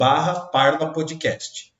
apoia.se/parlapodcast.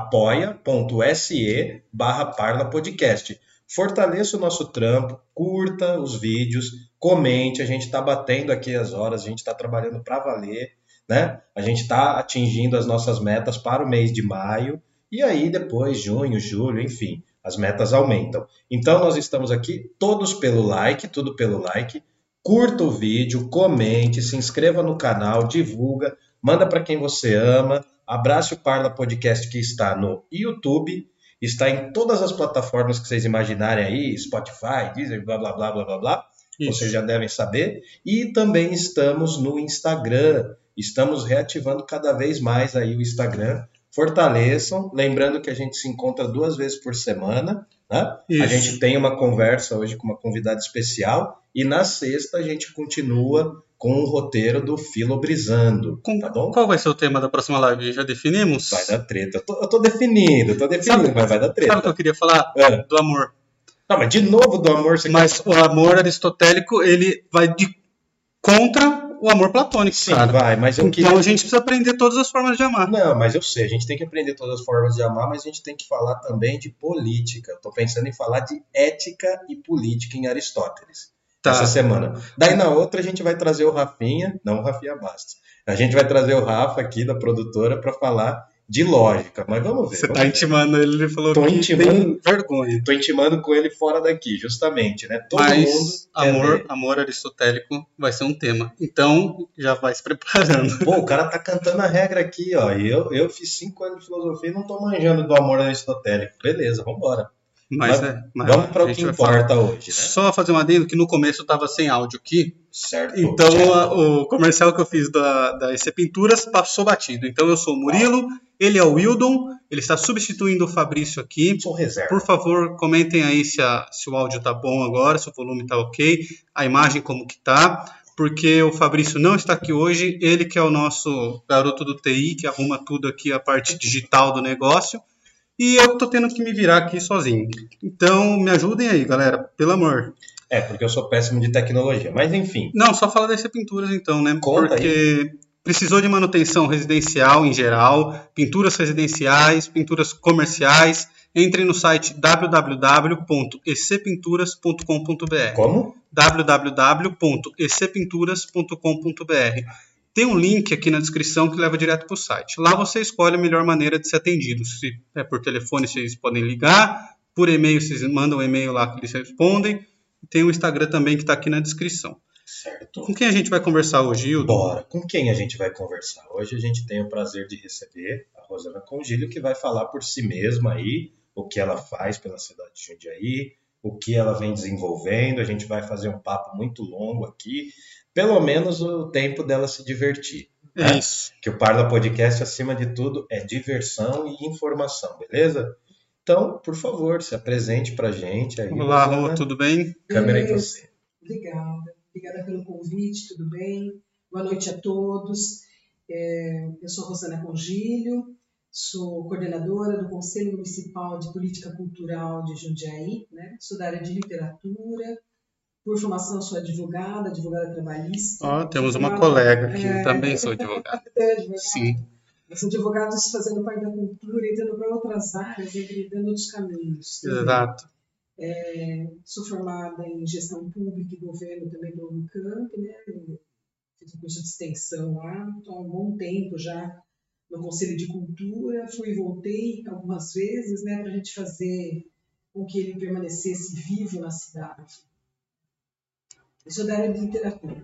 apoia.se/parlapodcast. Fortaleça o nosso trampo, curta os vídeos, comente, a gente está batendo aqui as horas, a gente está trabalhando para valer, né? A gente está atingindo as nossas metas para o mês de maio, e aí depois, junho, julho, enfim, as metas aumentam. Então nós estamos aqui todos pelo like, tudo pelo like, curta o vídeo, comente, se inscreva no canal, divulga, manda para quem você ama, abrace o Parla Podcast que está no YouTube, está em todas as plataformas que vocês imaginarem aí, Spotify, Deezer, blá, blá, blá, blá, blá, blá. Isso. Vocês já devem saber. E também estamos no Instagram. Estamos reativando cada vez mais aí o Instagram. Fortaleçam. Lembrando que a gente se encontra 2 vezes por semana, né? A gente tem uma conversa hoje com uma convidada especial. E na sexta a gente continua com o roteiro do Filobrizando, tá bom? Qual vai ser o tema da próxima live? Já definimos? Vai dar treta. Eu tô definindo, mas vai dar treta. Sabe o que eu queria falar? Do amor. Não, mas de novo do amor... Mas o amor aristotélico, ele vai contra o amor platônico. Sim, cara. Vai, mas Então a gente precisa aprender todas as formas de amar. Não, mas eu sei, a gente tem que aprender todas as formas de amar, mas a gente tem que falar também de política. Eu tô pensando em falar de ética e política em Aristóteles. Essa semana. Daí na outra a gente vai trazer o Rafinha, não o Rafinha Bastos. A gente vai trazer o Rafa aqui da produtora para falar de lógica, mas vamos ver. Você tá intimando ele falou que tem vergonha. Tô intimando com ele fora daqui, justamente, né? Todo mundo amor aristotélico vai ser um tema. Então, já vai se preparando. Pô, o cara tá cantando a regra aqui, ó. E eu fiz 5 anos de filosofia e não tô manjando do amor aristotélico. Beleza, vambora. Mas vamos para o que importa hoje, né? Só fazer um adendo que no começo eu tava sem áudio aqui. Certo. Então o comercial que eu fiz da EC Pinturas passou batido. Então eu sou o Murilo, ele é o Wildon, ele está substituindo o Fabrício aqui. Sou reserva. Por favor, comentem aí se o áudio tá bom agora, se o volume tá ok, a imagem como que tá. Porque o Fabrício não está aqui hoje, ele que é o nosso garoto do TI, que arruma tudo aqui, a parte digital do negócio. E eu tô tendo que me virar aqui sozinho. Então, me ajudem aí, galera, pelo amor. Porque eu sou péssimo de tecnologia, mas enfim. Não, só fala dessa pinturas então, né? Conta porque aí. Precisou de manutenção residencial em geral, pinturas residenciais, pinturas comerciais. Entrem no site www.ecpinturas.com.br. Como? www.ecpinturas.com.br. Tem um link aqui na descrição que leva direto para o site. Lá você escolhe a melhor maneira de ser atendido. Se é por telefone, vocês podem ligar. Por e-mail, vocês mandam um e-mail lá que eles respondem. Tem o Instagram também que está aqui na descrição. Certo. Com quem a gente vai conversar hoje, Hildo? Bora. Com quem a gente vai conversar? Hoje a gente tem o prazer de receber a Rosana Congílio, que vai falar por si mesma aí o que ela faz pela cidade de Jundiaí, o que ela vem desenvolvendo. A gente vai fazer um papo muito longo aqui. Pelo menos o tempo dela se divertir. Né? Isso. Que o Parla Podcast, acima de tudo, é diversão e informação, beleza? Então, por favor, se apresente pra gente. Aí, olá, Rô, tudo bem? Câmera aí você. Obrigada pelo convite, tudo bem? Boa noite a todos. Eu sou Rosana Congílio, sou coordenadora do Conselho Municipal de Política Cultural de Jundiaí, né? Sou da área de literatura. Por formação, sou advogada trabalhista. Temos uma colega que também sou advogada. Sim. Nós somos advogados fazendo parte da cultura, entrando para outras áreas e dando outros caminhos. Exato. Sou formada em gestão pública e governo também do Unicamp, né? Fiz um curso de extensão lá, estou há um bom tempo já no Conselho de Cultura. Fui e voltei algumas vezes, né, para a gente fazer com que ele permanecesse vivo na cidade. Eu sou da área de literatura,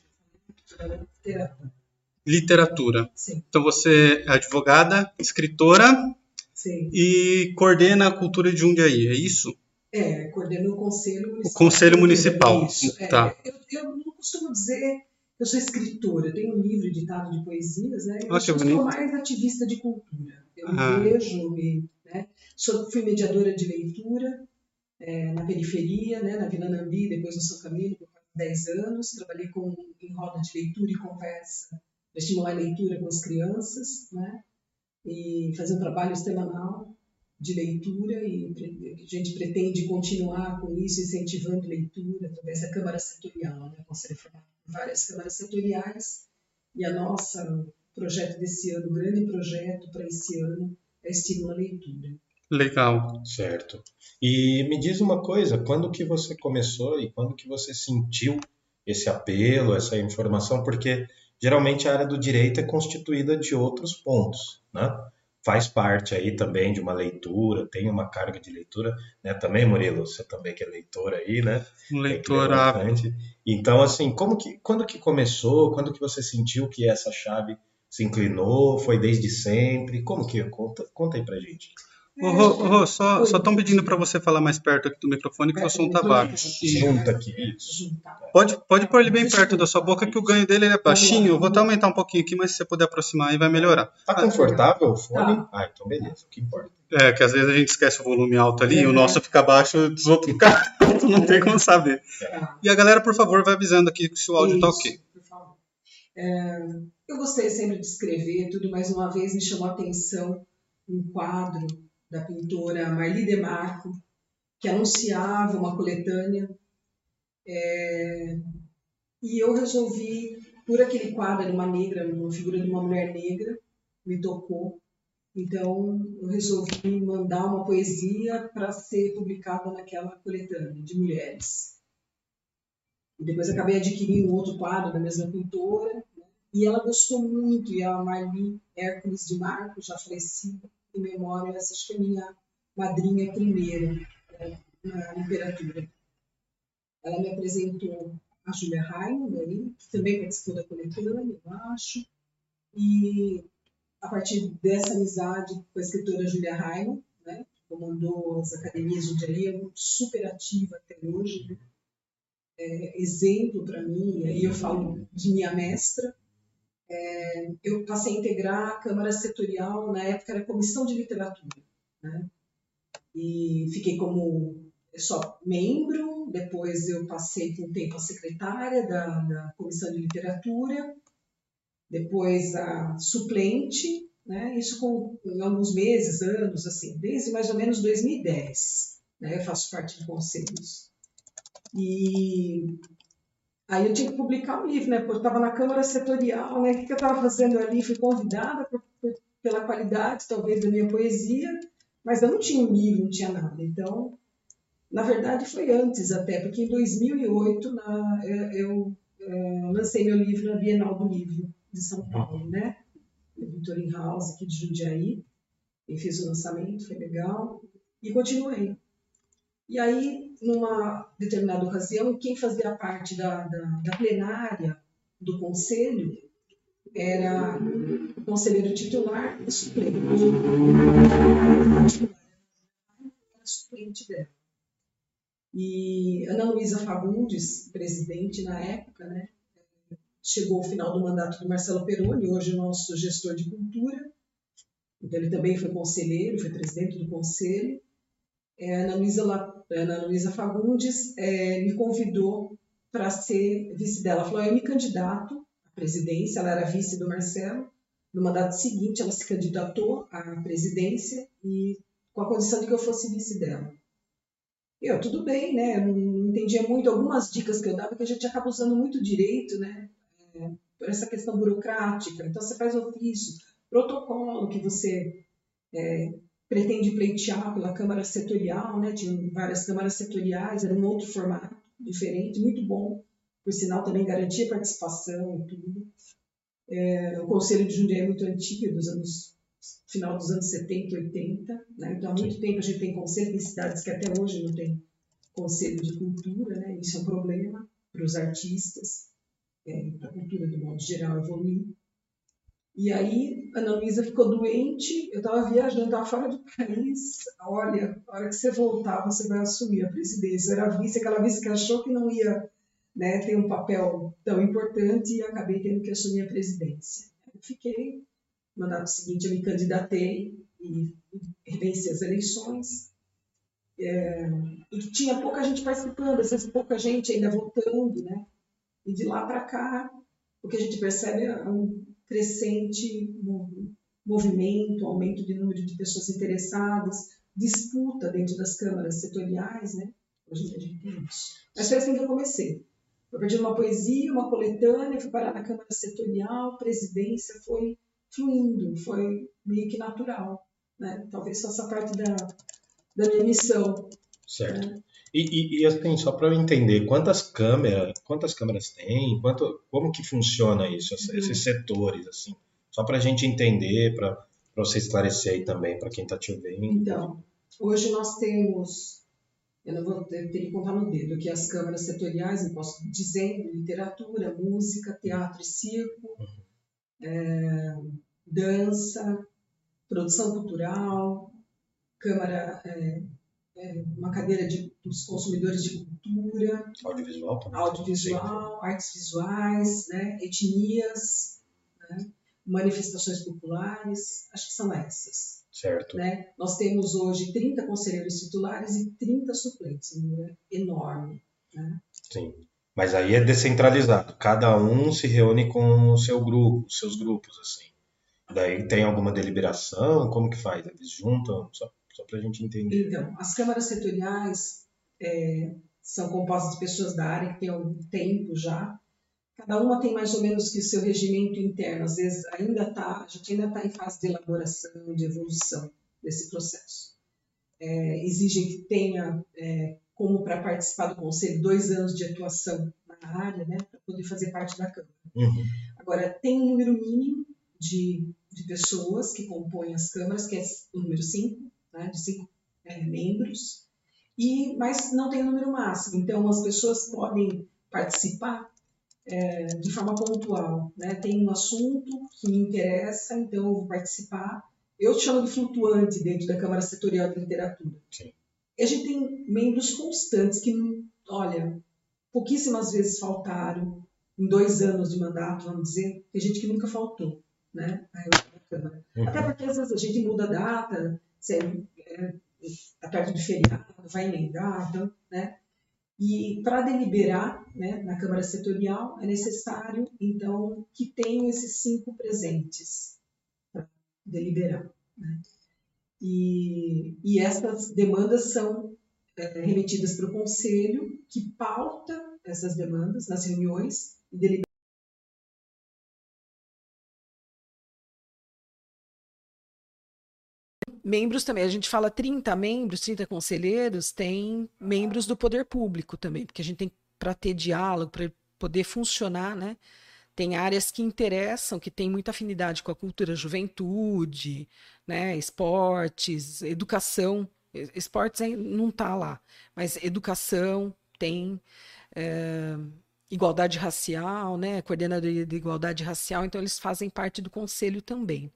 Literatura. Sim. Então você é advogada, escritora. Sim. E coordena a cultura de Jundiaí, é isso? Coordeno o Conselho Municipal. O Conselho Municipal. Isso. Tá. Eu não costumo dizer que eu sou escritora. Eu tenho um livro editado de poesias, né? Eu sou mais ativista de cultura. Eu vejo, né? Fui mediadora de leitura na periferia, né? Na Vila Nambi, depois no São Camilo, por 10 anos. Trabalhei em roda de leitura e conversa para estimular a leitura com as crianças, né? E fazer um trabalho semanal de leitura, e a gente pretende continuar com isso, incentivando leitura através da Câmara Setorial, né? Conselho formado por várias câmaras setoriais, e a nossa projeto desse ano, o grande projeto para esse ano é Estímulo à Leitura. Legal. Certo. E me diz uma coisa, quando que você começou e quando que você sentiu esse apelo, essa informação? Porque geralmente a área do direito é constituída de outros pontos, né? Faz parte aí também de uma leitura, tem uma carga de leitura, né? Também, Murilo, você também que é leitor aí, né? Um Tem que ler leitor ávido. bastante. Então, assim, quando que começou? Quando que você sentiu que essa chave se inclinou? Foi desde sempre? Como que é? Conta aí pra gente. Rô, só Oi, estão pedindo para diga. você falar mais perto aqui do microfone que o Perto som do tá baixo. microfone. E Junta aqui, isso. Juntar. pode pôr ele bem perto da Desculpa. sua boca que o ganho dele é Vamos baixinho. lá. Eu vou até aumentar um pouquinho aqui, mas se você puder aproximar aí vai melhorar. Tá confortável o fone? Tá. Ah, então beleza, o que importa. É, que às vezes a gente esquece o volume alto ali e o nosso fica baixo dos outros fica alto, não tem como saber. Tá. E a galera, por favor, vai avisando aqui se o áudio tá ok. Isso, por favor. Eu gostei sempre de escrever tudo, mas uma vez me chamou a atenção um quadro da pintora Marli Demarco, que anunciava uma coletânea, e eu resolvi, por aquele quadro, era uma negra, uma figura de uma mulher negra, me tocou. Então, eu resolvi mandar uma poesia para ser publicada naquela coletânea de mulheres. E depois acabei adquirindo outro quadro da mesma pintora, né? E ela gostou muito, e a Marli Hércules de Marco, já falecida, em memória, essa acho que é a minha madrinha primeira, né, na literatura. Ela me apresentou a Júlia Rainer, que também participou da coletânea, eu acho, e a partir dessa amizade com a escritora Júlia Rainer, né, que comandou as academias de Jundiaí, é super ativa até hoje, né, exemplo para mim, e aí eu falo de minha mestra. Eu passei a integrar a Câmara Setorial, na época era Comissão de Literatura, né, e fiquei como só membro, depois eu passei por um tempo a secretária da Comissão de Literatura, depois a suplente, né? Isso com alguns meses, anos, assim, desde mais ou menos 2010, né? Eu faço parte de conselhos. E aí eu tinha que publicar um livro, né? Porque eu estava na Câmara Setorial, né? O que eu estava fazendo ali? Fui convidada pela qualidade, talvez, da minha poesia, mas eu não tinha um livro, não tinha nada. Então, na verdade, foi antes até, porque em 2008 eu lancei meu livro na Bienal do Livro de São Paulo, né? Editora In House, aqui de Jundiaí. Eu fiz o lançamento, foi legal, e continuei. E aí, numa determinada ocasião, quem fazia parte da plenária do conselho era o conselheiro titular e suplente. Era suplente dela. E Ana Luísa Fagundes, presidente na época, né, chegou ao final do mandato do Marcelo Peroni, hoje nosso gestor de cultura. Então, ele também foi conselheiro, foi presidente do conselho. Ana Luísa Fagundes me convidou para ser vice dela. Ela falou, eu me candidato à presidência, ela era vice do Marcelo. No mandato seguinte, ela se candidatou à presidência e com a condição de que eu fosse vice dela. Eu, tudo bem, né? Eu não entendia muito algumas dicas que eu dava, que a gente acaba usando muito direito, né? Por essa questão burocrática. Então, você faz ofício, protocolo que você pretende pleitear pela Câmara Setorial, né? Tinha várias câmaras setoriais, era um outro formato, diferente, muito bom. Por sinal, também garantia participação e tudo. O Conselho de Jundiaí é muito antigo, final dos anos 70 e 80. Né? Então, há muito tempo a gente tem conselho, tem cidades que até hoje não tem conselho de cultura, né? Isso é um problema para os artistas, para a cultura de modo geral evoluir. E aí, a Ana Luísa ficou doente, eu estava viajando, estava fora do país. Olha, a hora que você voltar, você vai assumir a presidência. Eu era vice, aquela vice que achou que não ia, né, ter um papel tão importante e acabei tendo que assumir a presidência. Eu fiquei, no mandato seguinte eu me candidatei e venci as eleições. E tinha pouca gente participando, às vezes pouca gente ainda votando, né? E de lá para cá, o que a gente percebe é um crescente movimento, aumento de número de pessoas interessadas, disputa dentro das câmaras setoriais, né? Hoje a gente tem isso. Mas foi assim que eu comecei. Eu perdi uma poesia, uma coletânea, fui parar na Câmara Setorial, presidência, foi fluindo, foi meio que natural, né? Talvez faça parte da minha missão. Certo. Né? E assim, só para eu entender, quantas câmeras tem, como que funciona isso, esses setores, assim, só para a gente entender, para você esclarecer aí também para quem está te ouvindo. Então, hoje nós temos, eu não vou ter que contar no dedo aqui as câmaras setoriais, eu posso dizer, literatura, música, teatro e circo, dança, produção cultural, câmara, uma cadeira dos consumidores de cultura, Audiovisual também. audiovisual, artes visuais, né, etnias, né, manifestações populares, acho que são essas. Certo. Né? Nós temos hoje 30 conselheiros titulares e 30 suplentes, um número enorme. Né? Sim. Mas aí é descentralizado. Cada um se reúne com o seu grupo, os seus grupos, assim. Daí tem alguma deliberação? Como que faz? Eles juntam? Só para a gente entender. Então, as câmaras setoriais são compostas de pessoas da área que têm algum tempo já. Cada uma tem mais ou menos que o seu regimento interno. Às vezes a gente ainda está em fase de elaboração, de evolução desse processo. Exigem que tenha, como para participar do conselho, 2 anos de atuação na área, né, para poder fazer parte da Câmara. Uhum. Agora, tem um número mínimo de pessoas que compõem as câmaras, que é o número 5, né, de 5 membros, mas não tem número máximo. Então, as pessoas podem participar de forma pontual. Né? Tem um assunto que me interessa, então eu vou participar. Eu chamo de flutuante dentro da Câmara Setorial de Literatura. Sim. E a gente tem membros constantes que, olha, pouquíssimas vezes faltaram, em 2 anos de mandato, vamos dizer, tem gente que nunca faltou, né? Na Câmara. Uhum. Até porque às vezes a gente muda a data, está perto do feriado, vai emendar, então, né? E para deliberar, né, na Câmara Setorial é necessário, então, que tenham esses 5 presentes para deliberar. Né? E essas demandas são remetidas para o Conselho, que pauta essas demandas nas reuniões e delibera. Membros também, a gente fala 30 membros, 30 conselheiros, tem membros do poder público também, porque a gente tem, para ter diálogo, para poder funcionar, né? Tem áreas que interessam, que tem muita afinidade com a cultura, juventude, né? Esportes, educação. Esportes não está lá, mas educação tem, igualdade racial, né? Coordenadoria de igualdade racial, então eles fazem parte do conselho também.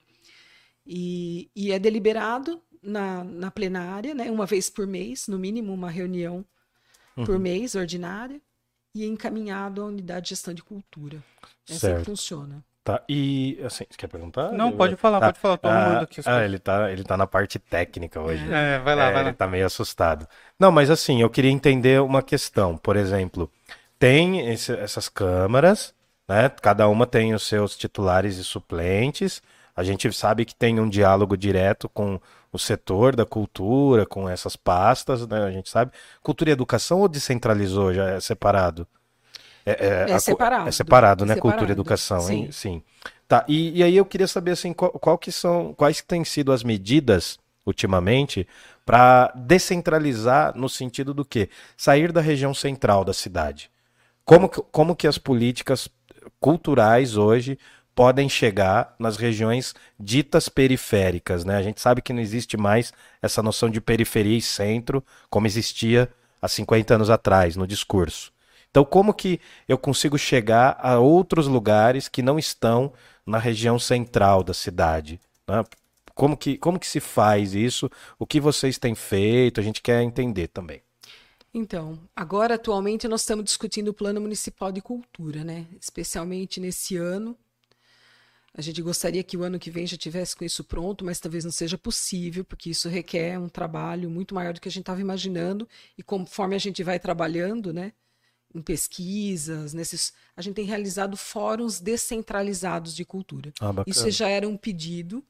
E é deliberado na plenária, né, uma vez por mês, no mínimo uma reunião por mês, ordinária, e encaminhado à unidade de gestão de cultura. É assim que funciona. Tá, e assim, você quer perguntar? Não, pode falar, tô arrumando aqui. Ele tá na parte técnica hoje. Vai lá. Ele tá meio assustado. Não, mas assim, eu queria entender uma questão. Por exemplo, tem essas câmaras, né? Cada uma tem os seus titulares e suplentes. A gente sabe que tem um diálogo direto com o setor da cultura, com essas pastas, né? A gente sabe. Cultura e educação ou descentralizou, já é separado? É separado. É separado, né? Separado. Cultura e educação, Sim. hein? Sim. Tá, e aí eu queria saber assim, quais que têm sido as medidas ultimamente para descentralizar no sentido do quê? Sair da região central da cidade. Como que as políticas culturais hoje podem chegar nas regiões ditas periféricas, né? A gente sabe que não existe mais essa noção de periferia e centro como existia há 50 anos atrás no discurso. Então, como que eu consigo chegar a outros lugares que não estão na região central da cidade? Né? Como que se faz isso? O que vocês têm feito? A gente quer entender também. Então, agora, atualmente, nós estamos discutindo o Plano Municipal de Cultura, né? Especialmente nesse ano. A gente gostaria que o ano que vem já tivesse com isso pronto, mas talvez não seja possível, porque isso requer um trabalho muito maior do que a gente estava imaginando. E conforme a gente vai trabalhando, né? Em pesquisas, a gente tem realizado fóruns descentralizados de cultura. Isso já era um pedido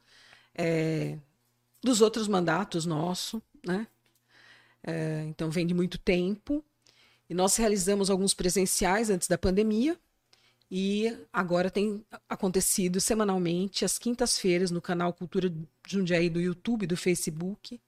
dos outros mandatos nosso, né? Então vem de muito tempo. E nós realizamos alguns presenciais antes da pandemia E agora tem acontecido semanalmente, às quintas-feiras, no canal Cultura Jundiaí do YouTube, do Facebook,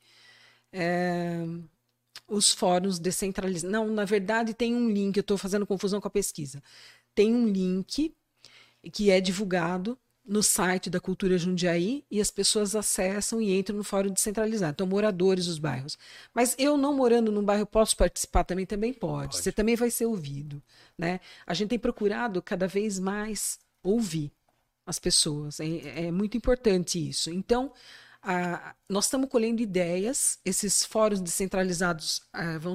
os fóruns descentralizados. Não, na verdade tem um link, eu estou fazendo confusão com a pesquisa. Tem um link que é divulgado no site da Cultura Jundiaí e as pessoas acessam e entram no fórum descentralizado. Então, moradores dos bairros. Mas eu não morando num bairro, posso participar também? Também pode. Você também vai ser ouvido, né? A gente tem procurado cada vez mais ouvir as pessoas. É muito importante isso. Então, nós estamos colhendo ideias. Esses fóruns descentralizados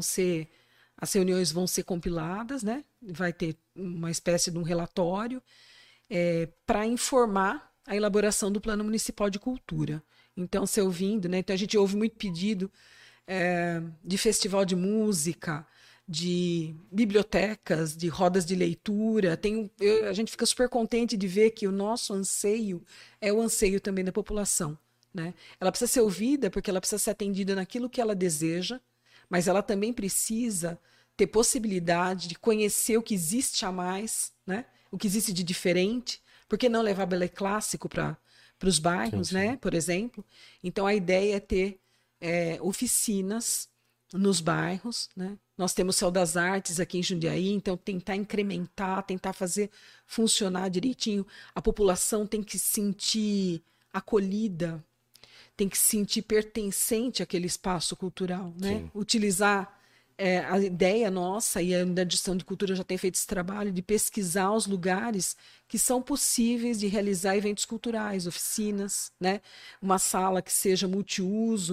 as reuniões vão ser compiladas, né? Vai ter uma espécie de um relatório para informar a elaboração do Plano Municipal de Cultura. Então, se ouvindo, né? Então a gente ouve muito pedido de festival de música, de bibliotecas, de rodas de leitura. A gente fica super contente de ver que o nosso anseio é o anseio também da população, né? Ela precisa ser ouvida porque ela precisa ser atendida naquilo que ela deseja, mas ela também precisa ter possibilidade de conhecer o que existe a mais, né? O que existe de diferente. Por que não levar balé clássico para os bairros, sim, sim, né? Por exemplo. Então, a ideia é ter oficinas nos bairros, né? Nós temos o Céu das Artes aqui em Jundiaí, então tentar incrementar, tentar fazer funcionar direitinho. A população tem que se sentir acolhida, tem que se sentir pertencente àquele espaço cultural, né? Sim. Utilizar a ideia nossa, e a Unidade de Gestão de Cultura já tem feito esse trabalho, de pesquisar os lugares que são possíveis de realizar eventos culturais, oficinas, né? Uma sala que seja multiuso,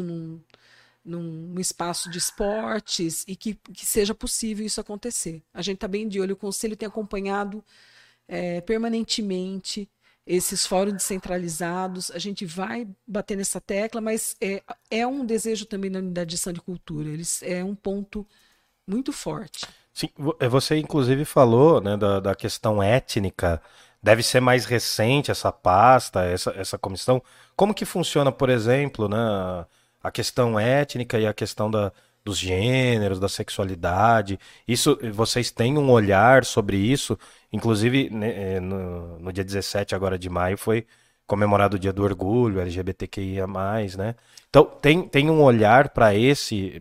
num espaço de esportes, e que seja possível isso acontecer. A gente está bem de olho, o Conselho tem acompanhado permanentemente esses fóruns descentralizados, a gente vai bater nessa tecla, mas é um desejo também da Unidade de Gestão de Cultura, é um ponto muito forte. Sim, você inclusive falou, né, da questão étnica, deve ser mais recente essa pasta, essa comissão. Como que funciona, por exemplo, né, a questão étnica e a questão dos gêneros, da sexualidade? Isso, vocês têm um olhar sobre isso? Inclusive, né, no dia 17 agora de maio foi comemorado o Dia do Orgulho, LGBTQIA+, né? Então, tem um olhar para esse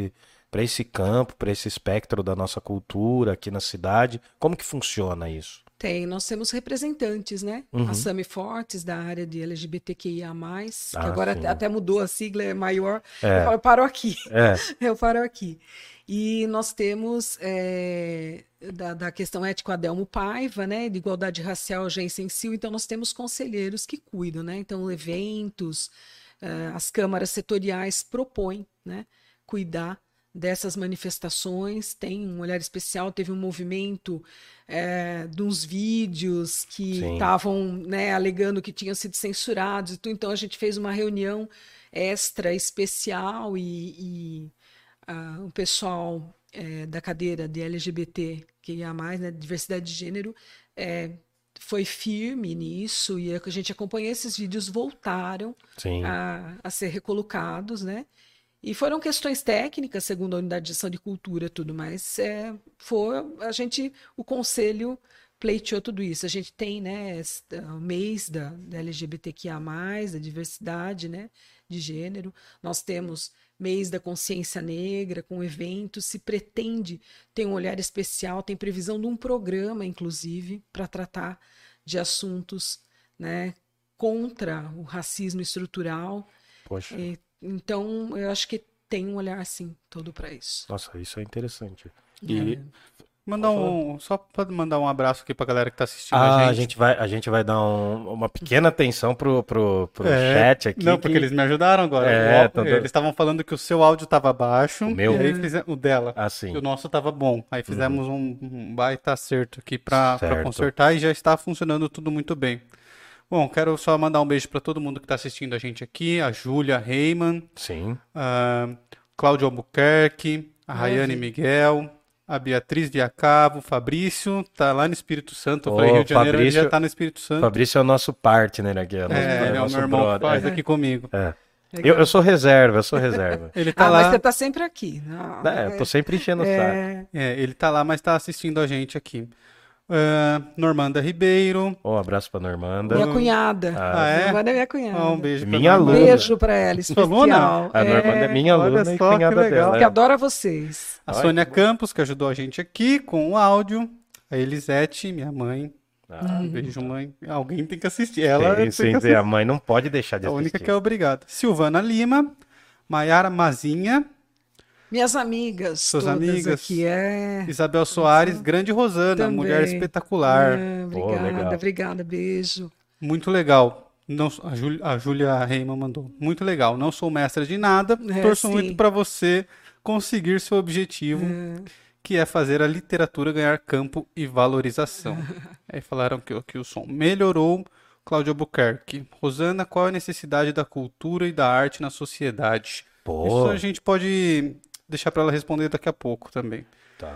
campo, para esse espectro da nossa cultura aqui na cidade. Como que funciona isso? Nós temos representantes, né? Uhum. A Sami Fortes, da área de LGBTQIA+, que agora até mudou a sigla, é maior. Eu paro aqui. Eu paro aqui. E nós temos da questão ética Adelmo Paiva, né? De igualdade racial, Jensen Sil. Então, nós temos conselheiros que cuidam, né? Então, eventos, as câmaras setoriais propõem, né? Cuidar dessas manifestações, tem um olhar especial. Teve um movimento de uns vídeos que estavam, né, alegando que tinham sido censurados, então a gente fez uma reunião extra especial e o pessoal da cadeira de LGBT, que ia mais, né, diversidade de gênero, foi firme nisso, e a gente acompanhou. Esses vídeos, voltaram a ser recolocados, né? E foram questões técnicas, segundo a Unidade de Gestão de Cultura, tudo, mas o Conselho pleiteou tudo isso. A gente tem, né, o mês da LGBTQIA+, da diversidade, né, de gênero. Nós temos mês da consciência negra, com eventos. Se pretende ter um olhar especial, tem previsão de um programa, inclusive, para tratar de assuntos, né, contra o racismo estrutural. Poxa. Então, eu acho que tem um olhar, assim, todo para isso. Nossa, isso é interessante. E só para mandar um abraço aqui para a galera que está assistindo a gente. A gente vai dar uma pequena atenção pro chat aqui. Não, porque eles me ajudaram agora. Eles estavam falando que o seu áudio estava baixo. O meu? E aí o dela. Sim. E o nosso estava bom. Aí fizemos um baita acerto aqui para consertar, e já está funcionando tudo muito bem. Bom, quero só mandar um beijo para todo mundo que está assistindo a gente aqui. A Júlia Reiman. Sim. Cláudio Albuquerque. A Rayane Miguel. A Beatriz Viacavo. O Fabrício tá lá no Espírito Santo. Eu falei Rio de Janeiro, ele já tá no Espírito Santo. Fabrício é o nosso partner aqui. Ele é o meu irmão que faz aqui comigo. Eu sou reserva, Ele tá lá. Mas você tá sempre aqui. Eu tô sempre enchendo o saco. Ele tá lá, mas tá assistindo a gente aqui. Normanda Ribeiro. Um abraço pra Normanda. Minha cunhada. É? Normanda é minha cunhada. Um beijo pra Minha Normanda. aluna. Beijo pra ela, especial. A Normanda é minha olha aluna e só que cunhada legal. dela. Que adora vocês. A Ai, Sônia que bom. Campos, que ajudou a gente aqui com o áudio. A Elisete, minha mãe. Beijo, mãe. Alguém tem que assistir. Ela tem que Sim, assistir. a mãe não pode deixar de A assistir. única que é obrigada. Silvana Lima. Maiara Mazinha. Minhas amigas, Suas todas amigas. aqui. Isabel Soares. Grande Rosana. Também. Mulher espetacular. Pô, legal. Obrigada, obrigada, beijo. Muito legal. Não, a Júlia Reimann mandou. Muito legal. Não sou mestra de nada. Torço sim. muito para você conseguir seu objetivo, que é fazer a literatura ganhar campo e valorização. Aí falaram que o som melhorou. Cláudio Albuquerque. Rosana, qual é a necessidade da cultura e da arte na sociedade? Pô. Isso a gente pode deixar para ela responder daqui a pouco também. Tá.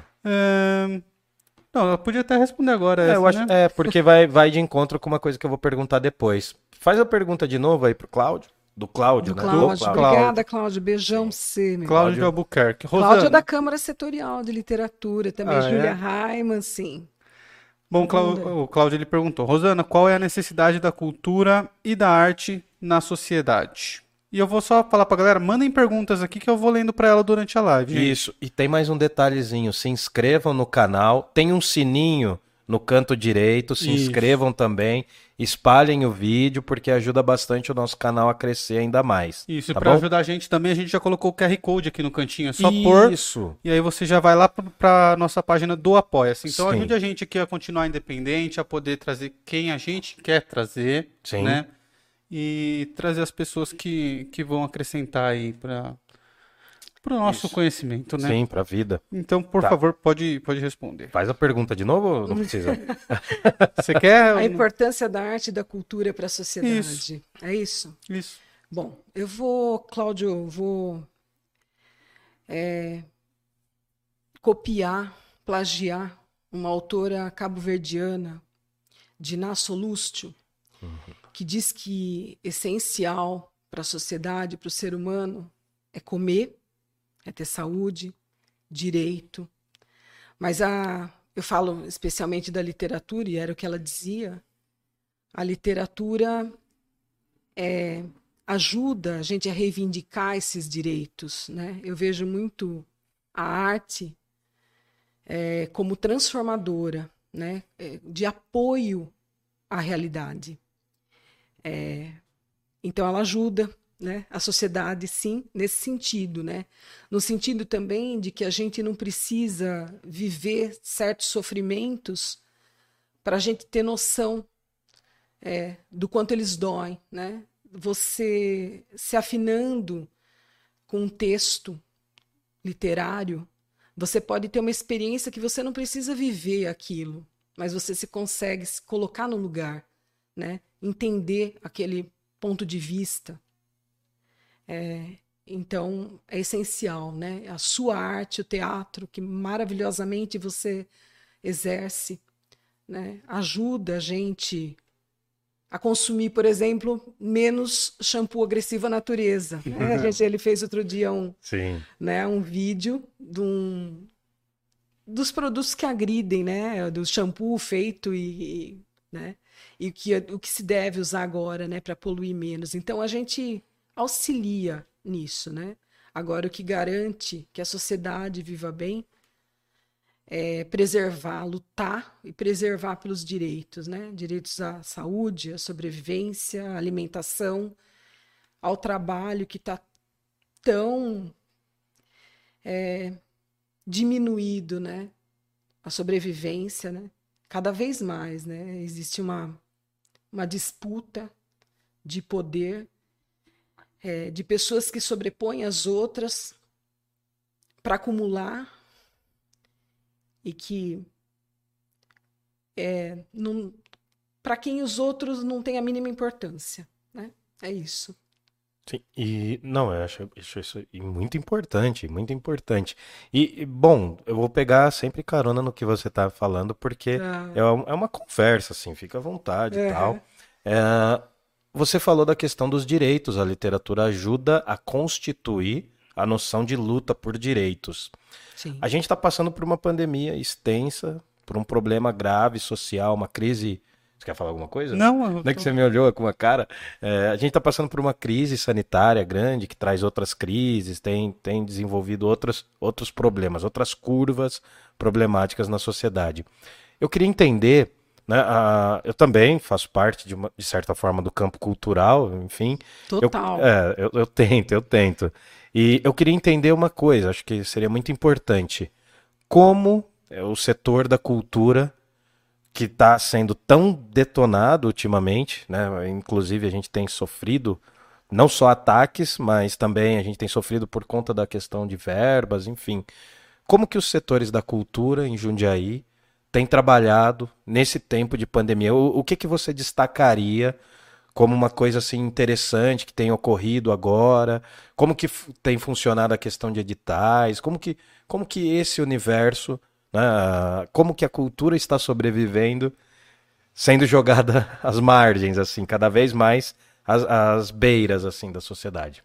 Não, ela podia até responder agora essa, Eu acho, né? porque vai de encontro com uma coisa que eu vou perguntar depois. Faz a pergunta de novo aí pro Cláudio. Do Cláudio, Do né? Cláudio. Cláudio. Obrigada, Cláudio. Beijão pra você, meu. Cláudio Albuquerque. Cláudio é Rosana. da Câmara Setorial de Literatura, também Ah, Júlia é? Raimann, sim. Bom, o Cláudio ele perguntou, Rosana, qual é a necessidade da cultura e da arte na sociedade? E eu vou só falar pra galera, mandem perguntas aqui que eu vou lendo pra ela durante a live. gente. Isso. E tem mais um detalhezinho. Se inscrevam no canal. Tem um sininho no canto direito. Se Isso. inscrevam também. Espalhem o vídeo, porque ajuda bastante o nosso canal a crescer ainda mais. Isso, e tá pra bom? ajudar a gente também, a gente já colocou o QR Code aqui no cantinho, é só pôr, Isso. e aí você já vai lá pra nossa página do Apoia-se. Então Sim. ajude a gente aqui a continuar independente, a poder trazer quem a gente quer trazer, Sim. né? E trazer as pessoas que vão acrescentar aí pro nosso Isso. conhecimento, né? Sim, pra vida. Então, por Tá. favor, pode responder. Faz a pergunta de novo ou não precisa? Você quer? A importância da arte e da cultura para a sociedade. Isso. É isso? Isso. Bom, Cláudio, copiar, plagiar uma autora cabo-verdiana, Diná Solústio, que diz que essencial para a sociedade, para o ser humano, é comer, é ter saúde, direito. Mas eu falo especialmente da literatura, e era o que ela dizia, a literatura ajuda a gente a reivindicar esses direitos, né? Eu vejo muito a arte como transformadora, né? De apoio à realidade. Então, ela ajuda, né, a sociedade, sim, nesse sentido, né? No sentido também de que a gente não precisa viver certos sofrimentos para a gente ter noção do quanto eles doem, né? Você se afinando com um texto literário, você pode ter uma experiência que você não precisa viver aquilo, mas você consegue se colocar no lugar, né? Entender aquele ponto de vista. Então, é essencial, né? A sua arte, o teatro, que maravilhosamente você exerce, né? Ajuda a gente a consumir, por exemplo, menos shampoo agressivo à natureza. Né? Ele fez outro dia Sim. um vídeo dos produtos que agridem, né? Do shampoo feito né? E o que se deve usar agora, né? Para poluir menos. Então, a gente auxilia nisso, né? Agora, o que garante que a sociedade viva bem é preservar, lutar e preservar pelos direitos, né? Direitos à saúde, à sobrevivência, à alimentação, ao trabalho que está tão diminuído, né? A sobrevivência, né? Cada vez mais, né? Existe uma disputa de poder, de pessoas que sobrepõem as outras para acumular e que para quem os outros não têm a mínima importância, né? É isso. Sim, e não, eu acho isso muito importante, muito importante. E, bom, eu vou pegar sempre carona no que você tá falando, porque é uma conversa, assim, fica à vontade e tal. Você falou da questão dos direitos, a literatura ajuda a constituir a noção de luta por direitos. Sim. A gente está passando por uma pandemia extensa, por um problema grave social, uma crise. Você quer falar alguma coisa? Não, Não é que você me olhou com uma cara. A gente está passando por uma crise sanitária grande que traz outras crises, tem desenvolvido outros problemas, outras curvas problemáticas na sociedade. Eu queria entender, né, eu também faço parte de certa forma do campo cultural, enfim. Total. Eu tento. E eu queria entender uma coisa, acho que seria muito importante. Como o setor da cultura, que está sendo tão detonado ultimamente, né? Inclusive a gente tem sofrido não só ataques, mas também a gente tem sofrido por conta da questão de verbas, enfim. Como que os setores da cultura em Jundiaí têm trabalhado nesse tempo de pandemia? O que você destacaria como uma coisa assim interessante que tem ocorrido agora? Como que tem funcionado a questão de editais? Como que esse universo, né, como que a cultura está sobrevivendo, sendo jogada às margens, assim, cada vez mais às beiras assim da sociedade?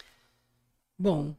Bom,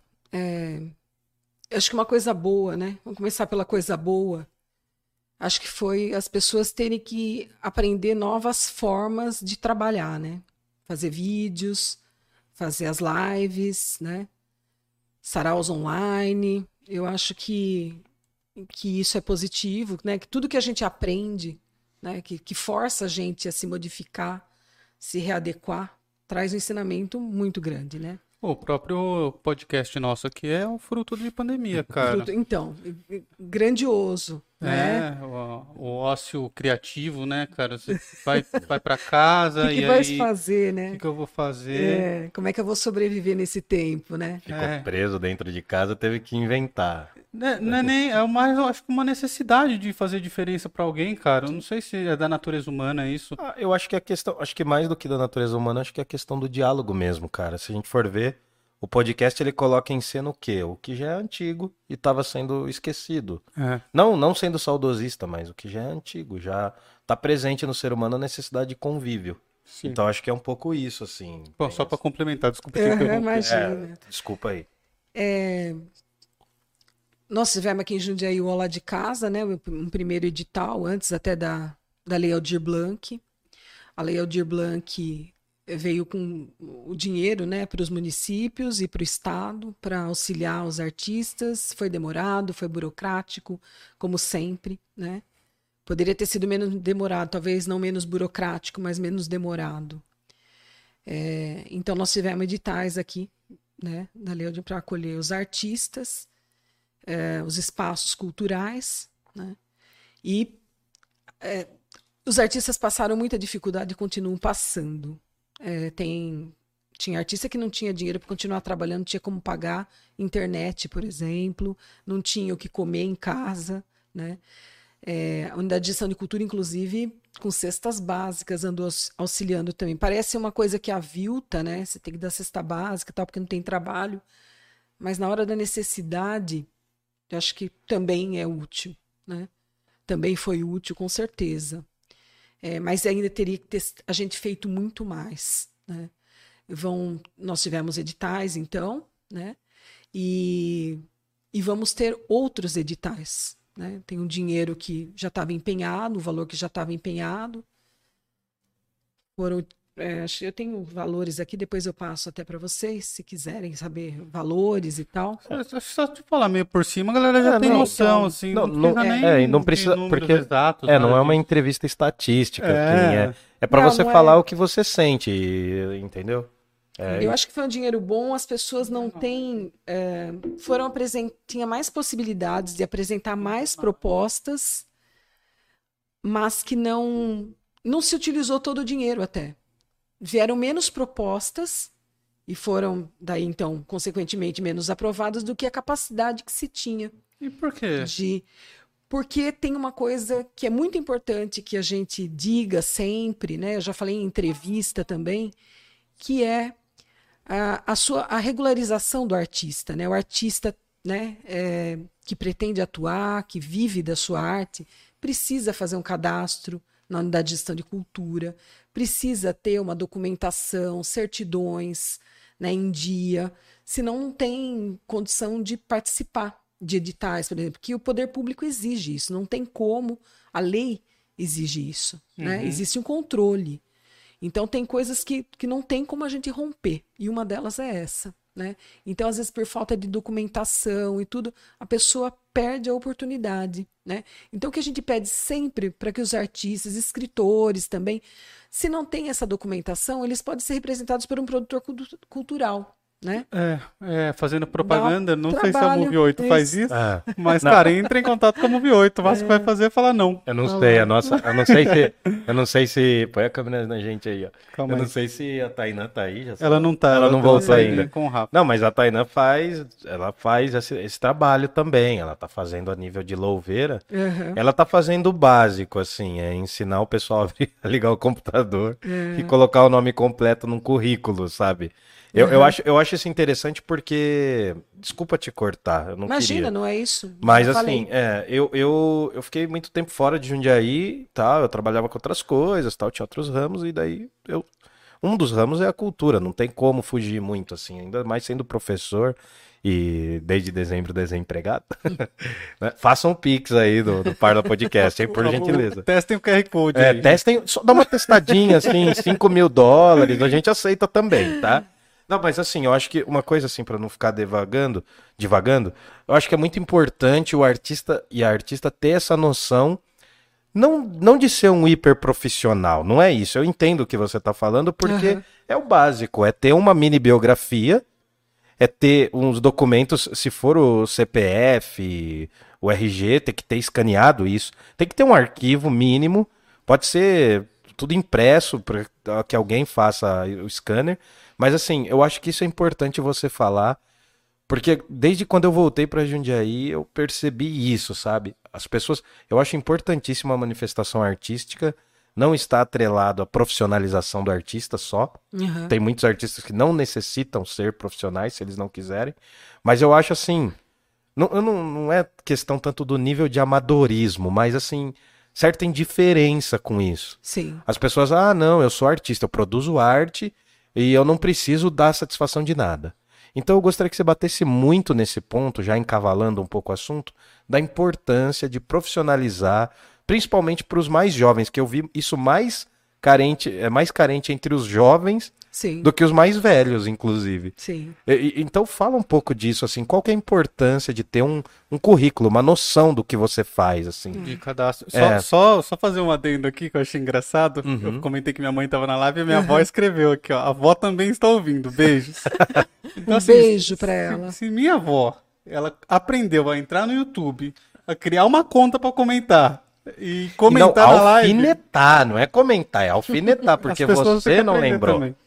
acho que uma coisa boa, né? Vamos começar pela coisa boa. Acho que foi as pessoas terem que aprender novas formas de trabalhar, né? Fazer vídeos, fazer as lives, né? Saraus online. Eu acho que isso é positivo, né? Que tudo que a gente aprende, né? Que força a gente a se modificar, se readequar, traz um ensinamento muito grande, né? O próprio podcast nosso aqui é um fruto de pandemia, cara. Então, grandioso, né? O ócio criativo, né, cara? Você vai para casa O que e vai aí... fazer, né? O que eu vou fazer? Como é que eu vou sobreviver nesse tempo, né? Ficou preso dentro de casa, teve que inventar. Não é nem, é mais, eu acho que uma necessidade de fazer diferença para alguém, cara. Eu não sei se é da natureza humana isso. Eu acho que acho que mais do que da natureza humana, acho que é a questão do diálogo mesmo, cara. Se a gente for ver, o podcast ele coloca em cena o quê? O que já é antigo e estava sendo esquecido. Não sendo saudosista, mas o que já é antigo, já está presente no ser humano a necessidade de convívio. Sim. Então acho que é um pouco isso, assim. Pô, só para complementar, desculpa te interromper. Imagina. Desculpa aí. Nós tivemos aqui em Jundiaí o Olá de Casa, né? Um primeiro edital, antes até da Lei Aldir Blanc. A Lei Aldir Blanc veio com o dinheiro, né, para os municípios e para o Estado, para auxiliar os artistas. Foi demorado, foi burocrático, como sempre, né? Poderia ter sido menos demorado, talvez não menos burocrático, mas menos demorado. Então, nós tivemos editais aqui, né, da Lei Aldir para acolher os artistas, os espaços culturais, né? E os artistas passaram muita dificuldade e continuam passando. Tinha artista que não tinha dinheiro para continuar trabalhando, não tinha como pagar internet, por exemplo, não tinha o que comer em casa, né? A Unidade de Gestão de Cultura, inclusive, com cestas básicas, andou auxiliando também. Parece uma coisa que avilta, né? Você tem que dar cesta básica e tal, porque não tem trabalho. Mas na hora da necessidade, eu acho que também é útil, né? Também foi útil, com certeza. Mas ainda teria que ter a gente feito muito mais, né? Nós tivemos editais, então, né? E vamos ter outros editais, né? Tem um dinheiro que já estava empenhado, o valor que já estava empenhado. Eu tenho valores aqui, depois eu passo até para vocês, se quiserem saber valores e tal. Só te falar meio por cima, a galera já tem noção, então, assim, não precisa porque exatos, não é uma entrevista estatística, é para você falar o que você sente, entendeu? Eu acho que foi um dinheiro bom, as pessoas não têm, tinha mais possibilidades de apresentar mais propostas, mas que não se utilizou todo o dinheiro até. Vieram menos propostas e foram, daí então, consequentemente, menos aprovadas do que a capacidade que se tinha. E por quê? Porque tem uma coisa que é muito importante que a gente diga sempre, né? Eu já falei em entrevista também, que é a regularização do artista, né? O artista, né, que pretende atuar, que vive da sua arte, precisa fazer um cadastro na Unidade de Gestão de Cultura, precisa ter uma documentação, certidões, né, em dia, senão não tem condição de participar, de editais, por exemplo, que o poder público exige isso. Não tem como, a lei exige isso, né? Existe um controle. Então, tem coisas que não tem como a gente romper. E uma delas é essa, né? Então, às vezes, por falta de documentação e tudo, a pessoa perde a oportunidade, né? Então, o que a gente pede sempre para que os artistas, escritores também, se não tem essa documentação, eles podem ser representados por um produtor cultural, né? Fazendo propaganda, não sei se a trabalho, Movie 8 faz isso, Ah, mas, não. cara, entra em contato com a Movie 8, o máximo que vai fazer é falar não. Eu não sei, eu não sei se, põe a câmera na gente aí, ó. Calma Eu não aí. sei se a Tainã tá aí, já Ela não tá, ela não deu uma voltou saída ainda. com o Rafa. Não, mas a Tainã faz esse trabalho também, ela tá fazendo a nível de louveira, Uhum. ela tá fazendo o básico, assim, é ensinar o pessoal a ligar o computador e colocar o nome completo num currículo, sabe? Eu acho isso interessante porque, desculpa te cortar, eu não Imagina, queria. não é isso? Mas Já assim, falei. eu fiquei muito tempo fora de Jundiaí, tal, eu trabalhava com outras coisas, tal, tinha outros ramos, e daí um dos ramos é a cultura, não tem como fugir muito, assim, ainda mais sendo professor e desde dezembro desempregado. Né? Façam um pix aí do Parla Podcast, hein, por gentileza. Testem o QR Code aí. Testem, só dá uma testadinha, assim, $5.000, a gente aceita também, tá? Não, mas assim, eu acho que uma coisa assim, pra não ficar divagando, eu acho que é muito importante o artista e a artista ter essa noção, não de ser um hiper profissional, não é isso. Eu entendo o que você tá falando, porque é o básico, é ter uma mini biografia, é ter uns documentos, se for o CPF, o RG, tem que ter escaneado isso, tem que ter um arquivo mínimo, pode ser tudo impresso para que alguém faça o scanner, mas assim, eu acho que isso é importante você falar, porque desde quando eu voltei para Jundiaí, eu percebi isso, sabe? As pessoas, eu acho importantíssima a manifestação artística, não está atrelado à profissionalização do artista só. Uhum. Tem muitos artistas que não necessitam ser profissionais se eles não quiserem, mas eu acho assim, não é questão tanto do nível de amadorismo, mas assim, certa indiferença com isso. Sim. As pessoas, não, eu sou artista, eu produzo arte e eu não preciso dar satisfação de nada. Então eu gostaria que você batesse muito nesse ponto, já encavalando um pouco o assunto, da importância de profissionalizar, principalmente para os mais jovens, que eu vi isso mais carente entre os jovens Sim. do que os mais velhos, inclusive. Sim. Então fala um pouco disso, assim, qual que é a importância de ter um currículo, uma noção do que você faz, assim. De cadastro. É. Só fazer um adendo aqui que eu achei engraçado. Uhum. Eu comentei que minha mãe estava na live e minha avó escreveu aqui, ó. A avó também está ouvindo. Beijos. Então, assim, Beijo pra ela. Se minha avó, ela aprendeu a entrar no YouTube, a criar uma conta para comentar e comentar não, na live. alfinetar, não é comentar, é alfinetar, porque As pessoas têm você que não aprender lembrou. também.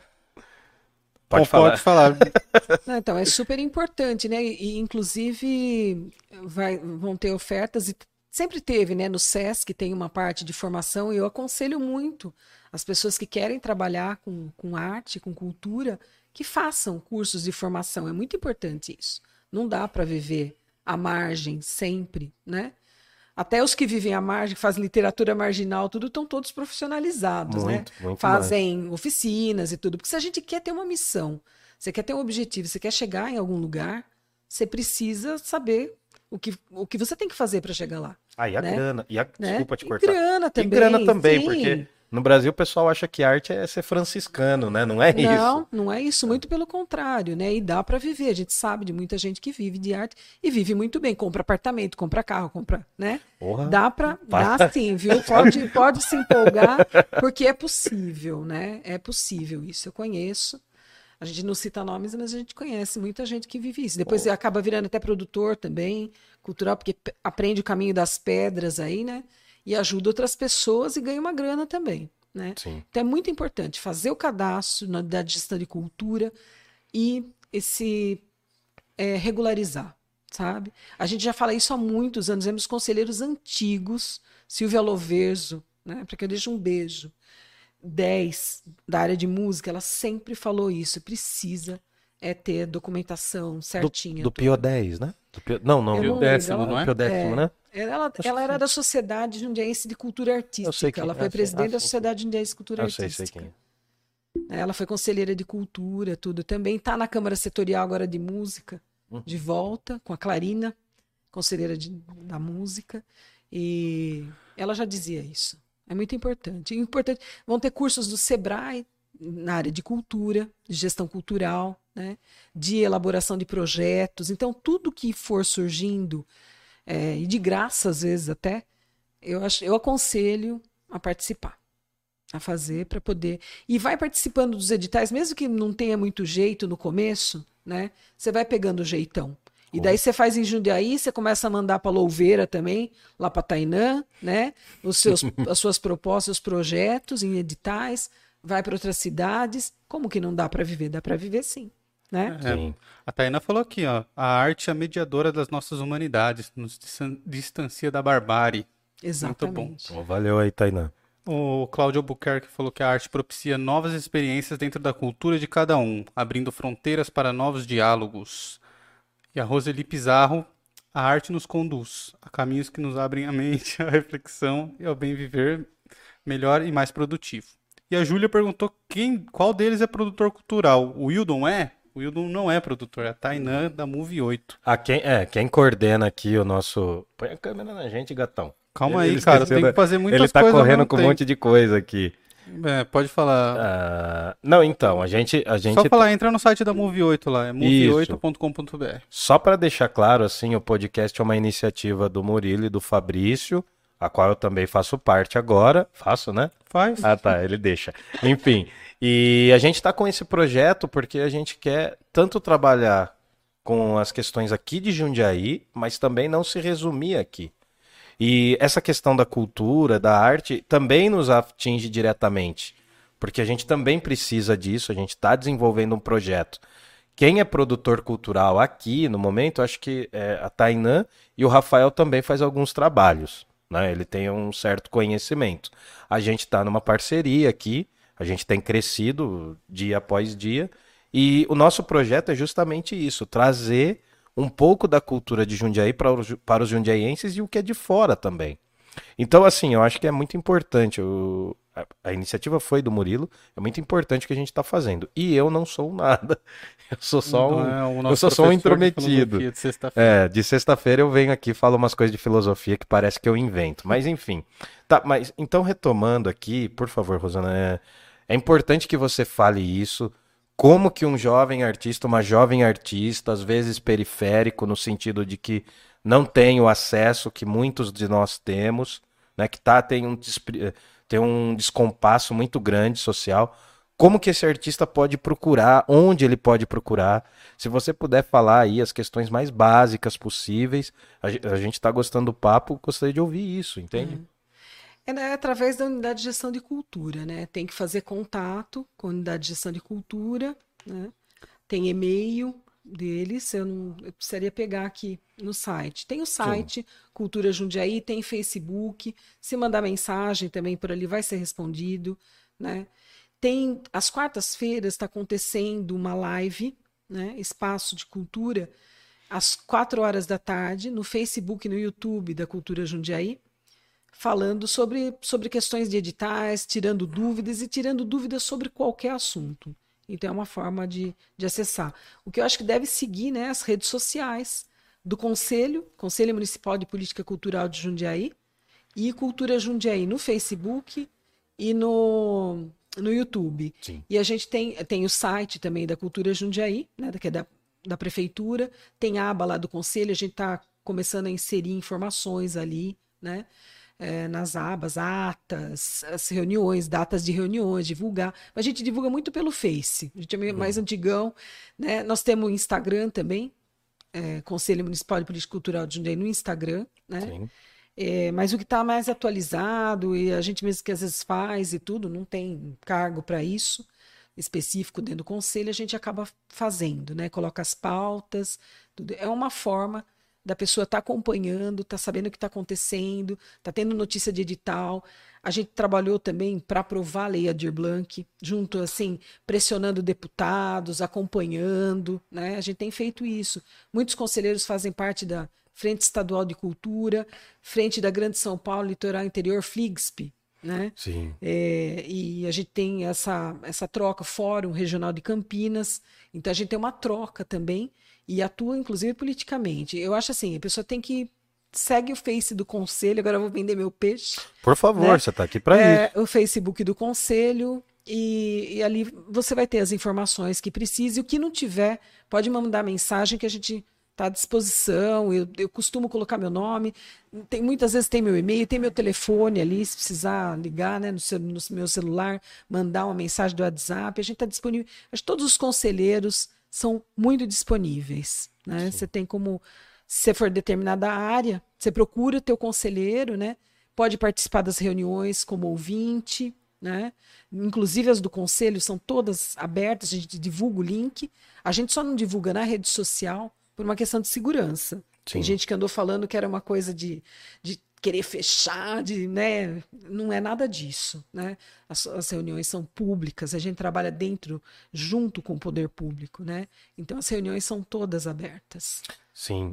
Pode Ou falar. Pode falar. Não, então, é super importante, né? E inclusive, vão ter ofertas, e sempre teve, né? No SESC tem uma parte de formação, e eu aconselho muito as pessoas que querem trabalhar com arte, com cultura, que façam cursos de formação. É muito importante isso. Não dá para viver à margem sempre, né? Até os que vivem à margem, que fazem literatura marginal, tudo, estão todos profissionalizados, né? Muito Fazem oficinas e tudo. Porque se a gente quer ter uma missão, você quer ter um objetivo, você quer chegar em algum lugar, você precisa saber o que você tem que fazer para chegar lá. E a né? grana. Né? Desculpa te cortar. E grana também. E grana também, sim. porque no Brasil o pessoal acha que arte é ser franciscano, né? Não é isso. Não é isso, muito pelo contrário, né? E dá para viver. A gente sabe de muita gente que vive de arte e vive muito bem, compra apartamento, compra carro, compra, né? Porra. Dá sim, viu? Pode se empolgar, porque é possível, né? É possível isso, eu conheço. A gente não cita nomes, mas a gente conhece muita gente que vive isso. Depois acaba virando até produtor também, cultural, porque aprende o caminho das pedras aí, né? E ajuda outras pessoas e ganha uma grana também, né? Sim. Então é muito importante fazer o cadastro da gestão de cultura e regularizar, sabe? A gente já fala isso há muitos anos, temos conselheiros antigos, Silvia Loverzo, né? Para que eu deixe um beijo, 10 da área de música, ela sempre falou isso, precisa ter documentação certinha. Do Pio 10, né? Não. Pio 10º, não é? Pio 10º, né? Ela era da Sociedade Jundiaense de Cultura Artística. Ela foi presidente da Sociedade Jundiaense de Cultura Artística. Sei quem é. Ela foi conselheira de cultura, tudo. Também está na Câmara Setorial agora de Música, de volta, com a Clarina, conselheira da música, e ela já dizia isso. É muito importante. Importante. Vão ter cursos do Sebrae na área de cultura, de gestão cultural, né, de elaboração de projetos. Então, tudo que for surgindo, e de graça às vezes até, eu aconselho a participar, a fazer para poder... E vai participando dos editais, mesmo que não tenha muito jeito no começo, né, você vai pegando o jeitão. E daí você faz em Jundiaí, você começa a mandar para Louveira também, lá para Tainã, né, as suas propostas, os projetos em editais, vai para outras cidades. Como que não dá para viver? Dá para viver sim. Né? Sim. A Tainá falou aqui, ó, a arte é a mediadora das nossas humanidades, nos distancia da barbárie. Exatamente. Muito bom. Valeu aí, Tainá. O Cláudio Albuquerque falou que a arte propicia novas experiências dentro da cultura de cada um, abrindo fronteiras para novos diálogos. E a Roseli Pizarro, a arte nos conduz a caminhos que nos abrem a mente, à reflexão e ao bem viver melhor e mais produtivo. E a Júlia perguntou qual deles é produtor cultural. O Wildon é? O Wildon não é produtor, é a Tainã da Movie 8. Quem coordena aqui o nosso... Põe a câmera na gente, gatão. Calma aí, cara, tem que fazer muitas coisas. Ele tá correndo com um monte de coisa aqui. Pode falar. Não, então, a gente... Só falar, entra no site da Movie 8 lá, é movie8.com.br. Só para deixar claro, assim, o podcast é uma iniciativa do Murilo e do Fabrício, a qual eu também faço parte agora. Faço, né? Faz. Ah, tá, ele deixa. Enfim, e a gente tá com esse projeto porque a gente quer tanto trabalhar com as questões aqui de Jundiaí, mas também não se resumir aqui. E essa questão da cultura, da arte, também nos atinge diretamente, porque a gente também precisa disso, a gente está desenvolvendo um projeto. Quem é produtor cultural aqui, no momento, acho que é a Tainã, e o Rafael também faz alguns trabalhos, né? Ele tem um certo conhecimento. A gente está numa parceria aqui, a gente tem crescido dia após dia, e o nosso projeto é justamente isso, trazer um pouco da cultura de Jundiaí para os jundiaienses e o que é de fora também. Então, assim, eu acho que é muito importante. A iniciativa foi do Murilo, é muito importante o que a gente está fazendo. E eu não sou nada. Eu sou só um intrometido. De sexta-feira eu venho aqui e falo umas coisas de filosofia que parece que eu invento. Mas, enfim. Tá, mas então, retomando aqui, por favor, Rosana, é importante que você fale isso. Como que um jovem artista, uma jovem artista, às vezes periférico, no sentido de que não tem o acesso que muitos de nós temos, né, que tem um descompasso muito grande social, como que esse artista pode procurar, onde ele pode procurar? Se você puder falar aí as questões mais básicas possíveis, a gente está gostando do papo, gostaria de ouvir isso, entende? É através da unidade de gestão de cultura, né? Tem que fazer contato com a unidade de gestão de cultura, né? Tem e-mail deles, eu precisaria pegar aqui no site. Tem o site, sim, Cultura Jundiaí, tem Facebook, se mandar mensagem também por ali vai ser respondido, né? Tem, às quartas-feiras está acontecendo uma live, né? Espaço de Cultura, às 4 horas da tarde, no Facebook e no YouTube da Cultura Jundiaí, falando sobre questões de editais, tirando dúvidas sobre qualquer assunto. Então é uma forma de acessar. O que eu acho que deve seguir, né, as redes sociais do Conselho Municipal de Política Cultural de Jundiaí e Cultura Jundiaí no Facebook e no YouTube. Sim. E a gente tem o site também da Cultura Jundiaí, né, que é da Prefeitura, tem a aba lá do Conselho, a gente está começando a inserir informações ali, né? Nas abas, atas, as reuniões, datas de reuniões, divulgar. A gente divulga muito pelo Face, a gente é mais antigão, né? Nós temos o Instagram também, Conselho Municipal de Política Cultural de Jundiaí no Instagram, né? Sim. Mas o que está mais atualizado, e a gente mesmo que às vezes faz e tudo, não tem cargo para isso específico dentro do Conselho, a gente acaba fazendo, né? Coloca as pautas, tudo. É uma forma da pessoa estar acompanhando, estar sabendo o que está acontecendo, está tendo notícia de edital. A gente trabalhou também para aprovar a Lei Aldir Blanc, junto, assim, pressionando deputados, acompanhando, né? A gente tem feito isso. Muitos conselheiros fazem parte da Frente Estadual de Cultura, Frente da Grande São Paulo, Litoral Interior, FLIGSP, né? Sim. E a gente tem essa troca, Fórum Regional de Campinas, então a gente tem uma troca também e atua inclusive politicamente. Eu acho assim, a pessoa tem que segue o Face do Conselho, agora eu vou vender meu peixe. Por favor, né? você está aqui para isso. O Facebook do Conselho e ali você vai ter as informações que precisa e o que não tiver, pode mandar mensagem que a gente está à disposição. Eu costumo colocar meu nome, muitas vezes tem meu e-mail, tem meu telefone ali, se precisar ligar, né, no meu celular, mandar uma mensagem do WhatsApp, a gente está disponível. Acho que todos os conselheiros são muito disponíveis, né? Você tem como, se você for determinada área, você procura o teu conselheiro, né? Pode participar das reuniões como ouvinte, né? Inclusive as do conselho são todas abertas, a gente divulga o link. A gente só não divulga na rede social por uma questão de segurança. Tem gente que andou falando que era uma coisa de querer fechar, né? Não é nada disso, né? As reuniões são públicas, a gente trabalha junto com o poder público, né? Então as reuniões são todas abertas. Sim.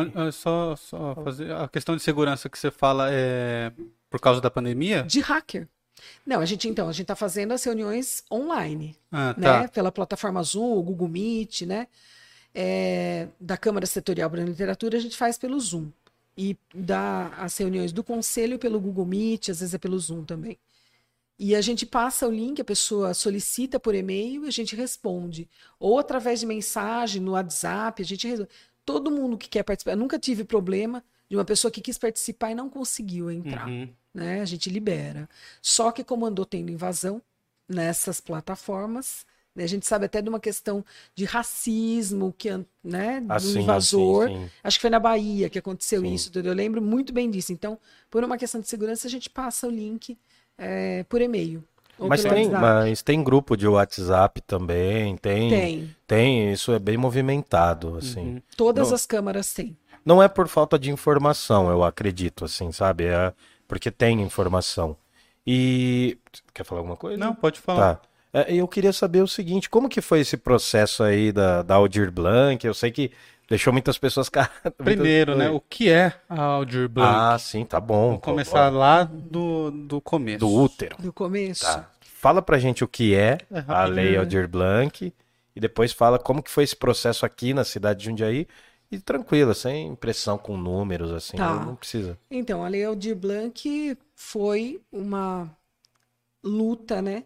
A questão de segurança que você fala é por causa da pandemia? De hacker. Não, a gente está fazendo as reuniões online, né? Tá. Pela plataforma Zoom, o Google Meet, né? Da Câmara Setorial para a Literatura a gente faz pelo Zoom. E as reuniões do Conselho pelo Google Meet, às vezes é pelo Zoom também. E a gente passa o link, a pessoa solicita por e-mail e a gente responde. Ou através de mensagem no WhatsApp, a gente resolve. Todo mundo que quer participar. Eu nunca tive problema de uma pessoa que quis participar e não conseguiu entrar. Né? A gente libera. Só que como andou tendo invasão nessas plataformas, né? A gente sabe até de uma questão de racismo, né? Do invasor. Sim. Acho que foi na Bahia que aconteceu isso. Eu lembro muito bem disso. Então, por uma questão de segurança, a gente passa o link por e-mail. Mas tem grupo de WhatsApp também, tem, isso é bem movimentado, assim. Todas as câmaras têm. Não é por falta de informação, eu acredito, assim, sabe? Porque tem informação. E quer falar alguma coisa? Não, pode falar. Tá. Eu queria saber o seguinte, como que foi esse processo aí da Aldir Blanc? Eu sei que deixou muitas pessoas... Primeiro, né? O que é a Aldir Blanc? Ah, sim, tá bom. Vamos começar lá do começo. Do útero. Do começo. Tá. Fala pra gente o que é a Lei Aldir Blanc e depois fala como que foi esse processo aqui na cidade de Jundiaí e tranquila, sem pressão com números, assim, não precisa. Então, a Lei Aldir Blanc foi uma luta, né?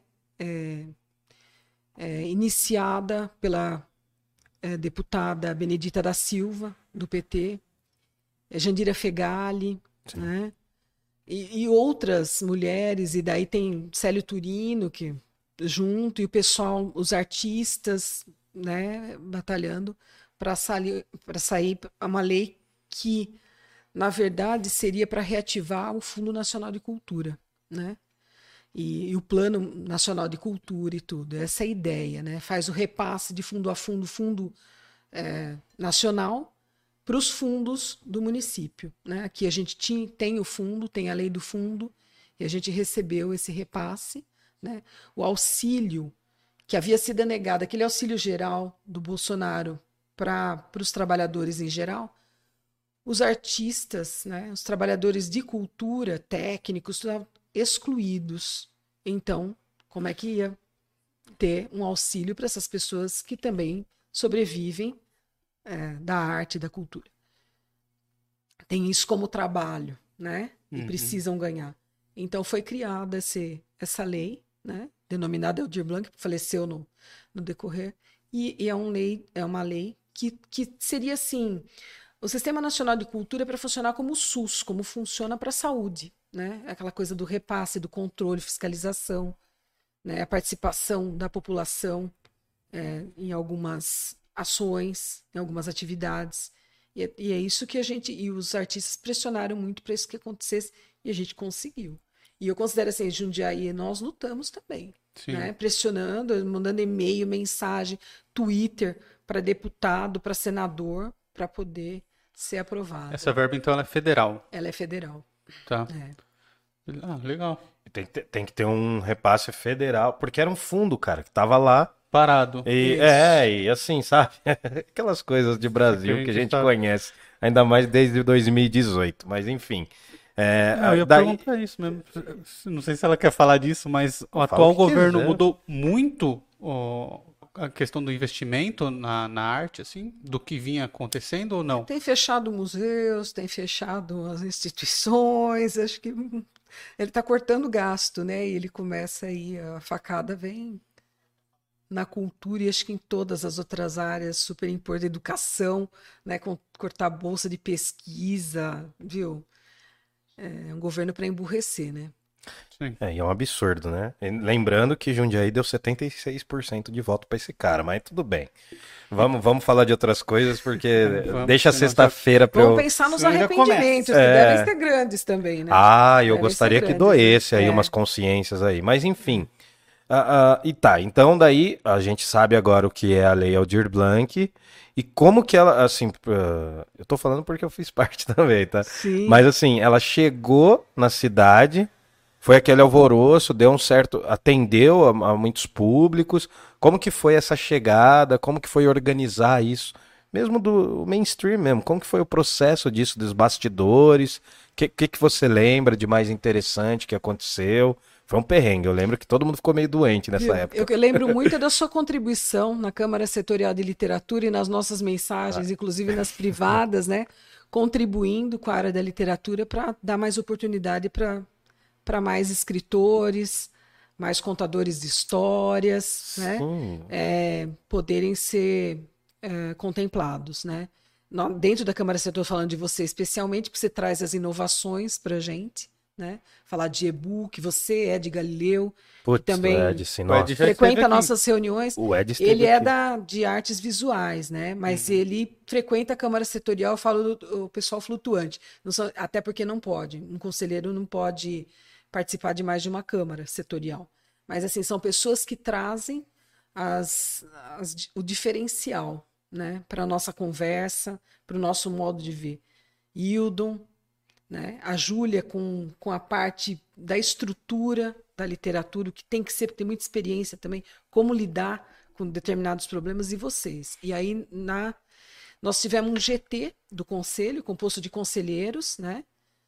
Iniciada pela deputada Benedita da Silva, do PT, Jandira Fegali, né? E outras mulheres, e daí tem Célio Turino que junto, e o pessoal, os artistas, né, batalhando para sair uma lei que, na verdade, seria para reativar o Fundo Nacional de Cultura, né? E o Plano Nacional de Cultura e tudo. Essa é a ideia, né? Faz o repasse de fundo a fundo nacional para os fundos do município, né? Aqui a gente tem o fundo, tem a lei do fundo, e a gente recebeu esse repasse, né? O auxílio que havia sido negado, aquele auxílio geral do Bolsonaro para os trabalhadores em geral, os artistas, né? Os trabalhadores de cultura, técnicos, excluídos. Então, como é que ia ter um auxílio para essas pessoas que também sobrevivem da arte e da cultura? Tem isso como trabalho, né? E precisam ganhar. Então, foi criada essa lei, né? Denominada Aldir Blanc, que faleceu no decorrer, e é uma lei que seria assim... O Sistema Nacional de Cultura é para funcionar como o SUS, como funciona para a saúde, né? Aquela coisa do repasse, do controle, fiscalização, né? A participação da população em algumas ações, em algumas atividades. E é isso que e os artistas pressionaram muito para isso que acontecesse, e a gente conseguiu. E eu considero assim, Jundiaí, nós lutamos também, né? Pressionando, mandando e-mail, mensagem, Twitter para deputado, para senador, para poder ser aprovada. Essa verba, então, ela é federal? Ela é federal. Tá. Legal. Tem que ter um repasse federal, porque era um fundo, cara, que tava lá. Parado. E assim, sabe? Aquelas coisas de Brasil que a gente conhece, ainda mais desde 2018, mas enfim. Eu ia perguntar isso mesmo. Não sei se ela quer falar disso, mas o atual governo mudou muito a questão do investimento na arte, assim, do que vinha acontecendo ou não? Tem fechado museus, tem fechado as instituições, acho que ele está cortando gasto, né? E ele começa aí, a facada vem na cultura e acho que em todas as outras áreas super importantes, educação, né? Cortar bolsa de pesquisa, viu? É um governo para emburrecer, né? Sim. E é um absurdo, né? Lembrando que Jundiaí deu 76% de voto para esse cara, mas tudo bem. Vamos falar de outras coisas, porque deixa sexta-feira para Vamos pensar nos arrependimentos, que devem ser grandes também, né? Eu gostaria que doesse aí umas consciências aí, mas enfim. Então daí a gente sabe agora o que é a Lei Aldir Blanc e como que ela, assim, eu tô falando porque eu fiz parte também, tá? Sim. Mas assim, ela chegou na cidade, foi aquele alvoroço, atendeu a muitos públicos. Como que foi essa chegada? Como que foi organizar isso? Mesmo do mainstream mesmo, como que foi o processo disso, dos bastidores? O que você lembra de mais interessante que aconteceu? Foi um perrengue, eu lembro que todo mundo ficou meio doente nessa época. Eu lembro muito da sua contribuição na Câmara Setorial de Literatura e nas nossas mensagens, inclusive nas privadas, né? Contribuindo com a área da literatura para dar mais oportunidade para mais escritores, mais contadores de histórias, né? Poderem ser contemplados, né? Dentro da Câmara Setorial, falando de você especialmente, porque você traz as inovações para a gente. Né? Falar de e-book, você é de Galileu, que também frequenta nossas reuniões. Ele é de artes visuais, né? Mas ele frequenta a Câmara Setorial, fala do pessoal flutuante. Até porque não pode. Um conselheiro não pode participar de mais de uma Câmara Setorial. Mas assim, são pessoas que trazem o diferencial, né? Para a nossa conversa, para o nosso modo de ver. Hildon, né? A Júlia com a parte da estrutura da literatura, que tem que ter muita experiência também, como lidar com determinados problemas, e vocês. E aí nós tivemos um GT do Conselho, composto de conselheiros, né?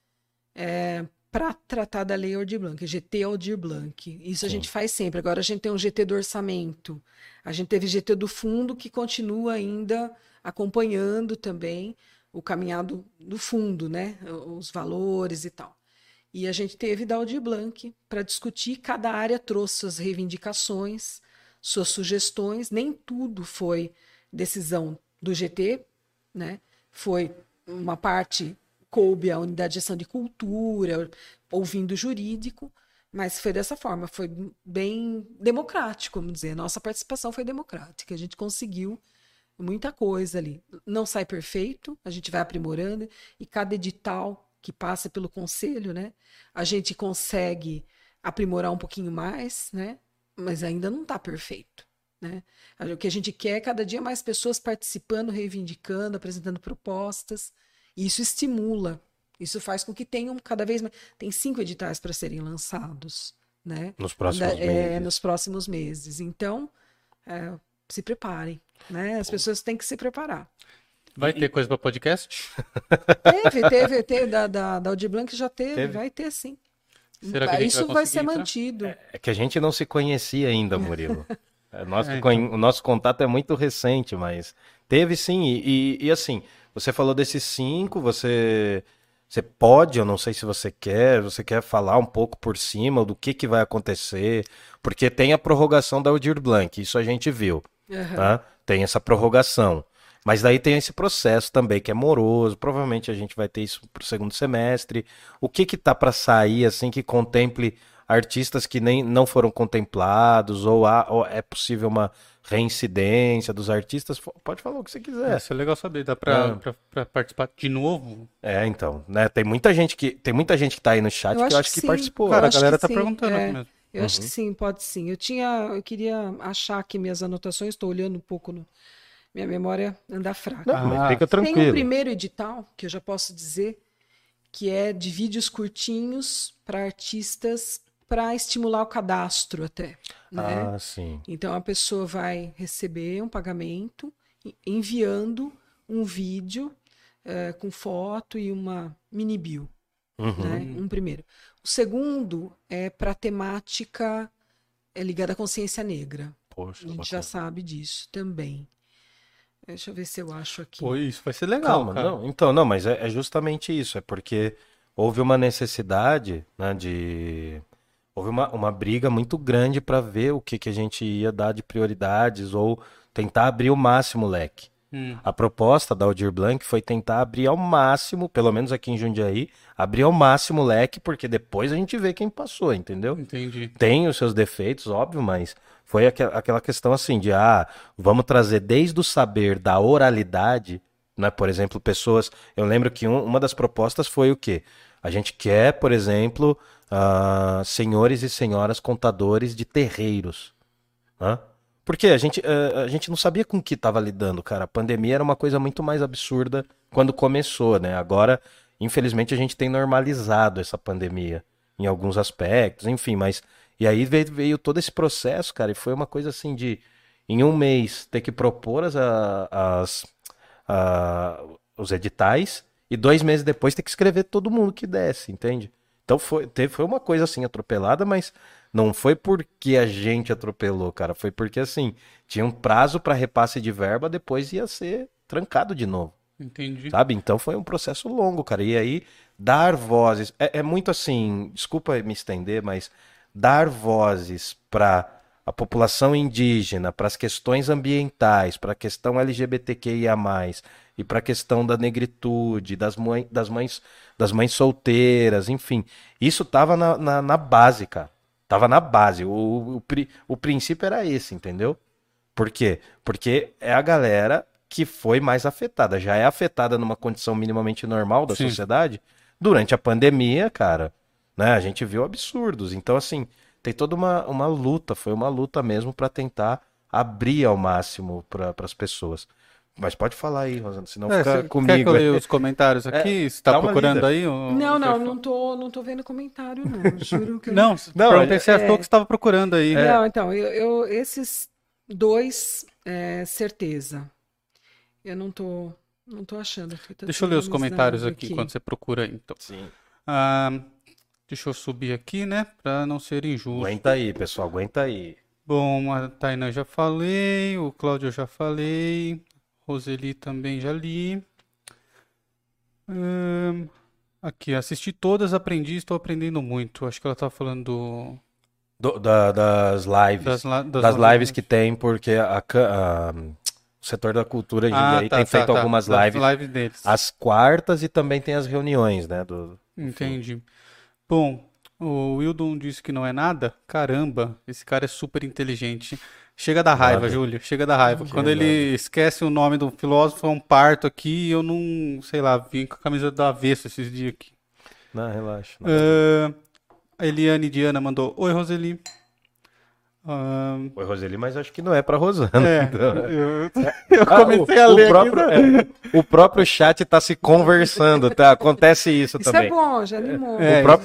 Para tratar da Lei Aldir Blanc, GT Aldir Blanc. Isso a gente faz sempre. Agora a gente tem um GT do orçamento, a gente teve GT do fundo, que continua ainda acompanhando também o caminhado do fundo, né? Os valores e tal. E a gente teve da Aldir Blanc para discutir, cada área trouxe suas reivindicações, suas sugestões, nem tudo foi decisão do GT, né? Foi uma parte, coube à unidade de gestão de cultura, ouvindo o jurídico, mas foi dessa forma, foi bem democrático, vamos dizer. Nossa participação foi democrática, a gente conseguiu muita coisa ali. Não sai perfeito, a gente vai aprimorando, e cada edital que passa pelo conselho, né, a gente consegue aprimorar um pouquinho mais, né, mas ainda não está perfeito, né? O que a gente quer é cada dia mais pessoas participando, reivindicando, apresentando propostas, e isso estimula, isso faz com que tenham cada vez mais... Tem 5 editais para serem lançados, né? Nos próximos meses. Nos próximos meses. Então, se preparem, né? As pessoas têm que se preparar. Vai ter coisa para podcast? Teve da Aldir Blanc já teve, vai ter sim. Será que isso vai ser mantido. É que a gente não se conhecia ainda, Murilo. O nosso contato é muito recente, mas teve sim. E assim, você falou desses 5, você pode, eu não sei se você quer falar um pouco por cima do que vai acontecer, porque tem a prorrogação da Aldir Blanc, isso a gente viu, tá? Tem essa prorrogação. Mas daí tem esse processo também que é moroso, provavelmente a gente vai ter isso para o segundo semestre. O que tá para sair, assim, que contemple artistas que não foram contemplados, ou é possível uma reincidência dos artistas? Pode falar o que você quiser. Isso é legal saber, dá para participar de novo? Então, né, tem muita gente que tá aí no chat que eu acho que participou. Cara, a galera tá perguntando aqui mesmo. Eu acho que sim, pode sim. Eu queria achar aqui minhas anotações, estou olhando um pouco minha memória anda fraca. Mas fica tranquilo. Tem um primeiro edital, que eu já posso dizer, que é de vídeos curtinhos para artistas, para estimular o cadastro até. Né? Sim. Então a pessoa vai receber um pagamento enviando um vídeo com foto e uma mini bio. né? Um primeiro. O segundo é para temática ligada à consciência negra. Poxa, A gente já sabe disso também. Deixa eu ver se eu acho aqui. Pô, isso vai ser legal, calma, cara. não, então, não, mas é justamente isso, é porque houve uma necessidade, né, houve uma briga muito grande para ver o que a gente ia dar de prioridades ou tentar abrir o máximo o leque. A proposta da Aldir Blanc foi tentar abrir ao máximo, pelo menos aqui em Jundiaí, abrir ao máximo o leque, porque depois a gente vê quem passou, entendeu? Entendi. Tem os seus defeitos, óbvio, mas foi aquela questão assim de, vamos trazer desde o saber da oralidade, né? Por exemplo, pessoas... Eu lembro que uma das propostas foi o quê? A gente quer, por exemplo, senhores e senhoras contadores de terreiros, né? Porque a gente não sabia com o que estava lidando, cara. A pandemia era uma coisa muito mais absurda quando começou, né? Agora, infelizmente, a gente tem normalizado essa pandemia em alguns aspectos, enfim, mas... E aí veio todo esse processo, cara, e foi uma coisa assim de, em um mês, ter que propor os editais e 2 meses depois ter que escrever todo mundo que desse, entende? Então foi uma coisa assim atropelada, mas não foi porque a gente atropelou, cara. Foi porque assim, tinha um prazo para repasse de verba, depois ia ser trancado de novo. Entendi. Sabe? Então foi um processo longo, cara. E aí, dar vozes. É muito assim, desculpa me estender, mas dar vozes para a população indígena, para as questões ambientais, para a questão LGBTQIA+, e para a questão da negritude, das mães solteiras, enfim. Isso tava na base, cara. Tava na base. O princípio era esse, entendeu? Por quê? Porque é a galera que foi mais afetada. Já é afetada numa condição minimamente normal da sociedade. Durante a pandemia, cara, né, a gente viu absurdos. Então, assim, tem toda uma luta. Foi uma luta mesmo para tentar abrir ao máximo para as pessoas. Mas pode falar aí, Rosana, senão fica comigo. Quer que eu leia os comentários aqui? Você tá procurando aí? Não tô vendo comentário, não. Juro que eu não. Você achou que você estava procurando aí. Não, então, esses 2, certeza. Eu não tô achando. Deixa eu ler os comentários aqui enquanto você procura aí, então. Sim. Deixa eu subir aqui, né, para não ser injusto. Aguenta aí, pessoal, aguenta aí. Bom, a Tainá já falei, o Cláudio eu já falei, Roseli também já li. Aqui, assisti todas, aprendi, estou aprendendo muito. Acho que ela tá falando das lives. Das lives que tem, porque o setor da cultura em Jundiaí tem feito algumas lives deles. Às quartas e também tem as reuniões, né? Entendi. Bom, o Wildon disse que não é nada. Caramba, esse cara é super inteligente. Chega da raiva, Júlio, chega da raiva. Quando ele esquece o nome do filósofo, é um parto aqui, eu não, sei lá, vim com a camisa do avesso esses dias aqui. Não, relaxa. A Eliane Diana mandou: Oi, Roseli. Oi, Roseli, mas acho que não é pra Rosana. Então. Eu comecei a ler. O próprio chat tá se conversando, tá? Acontece isso também. Isso é bom, já animou.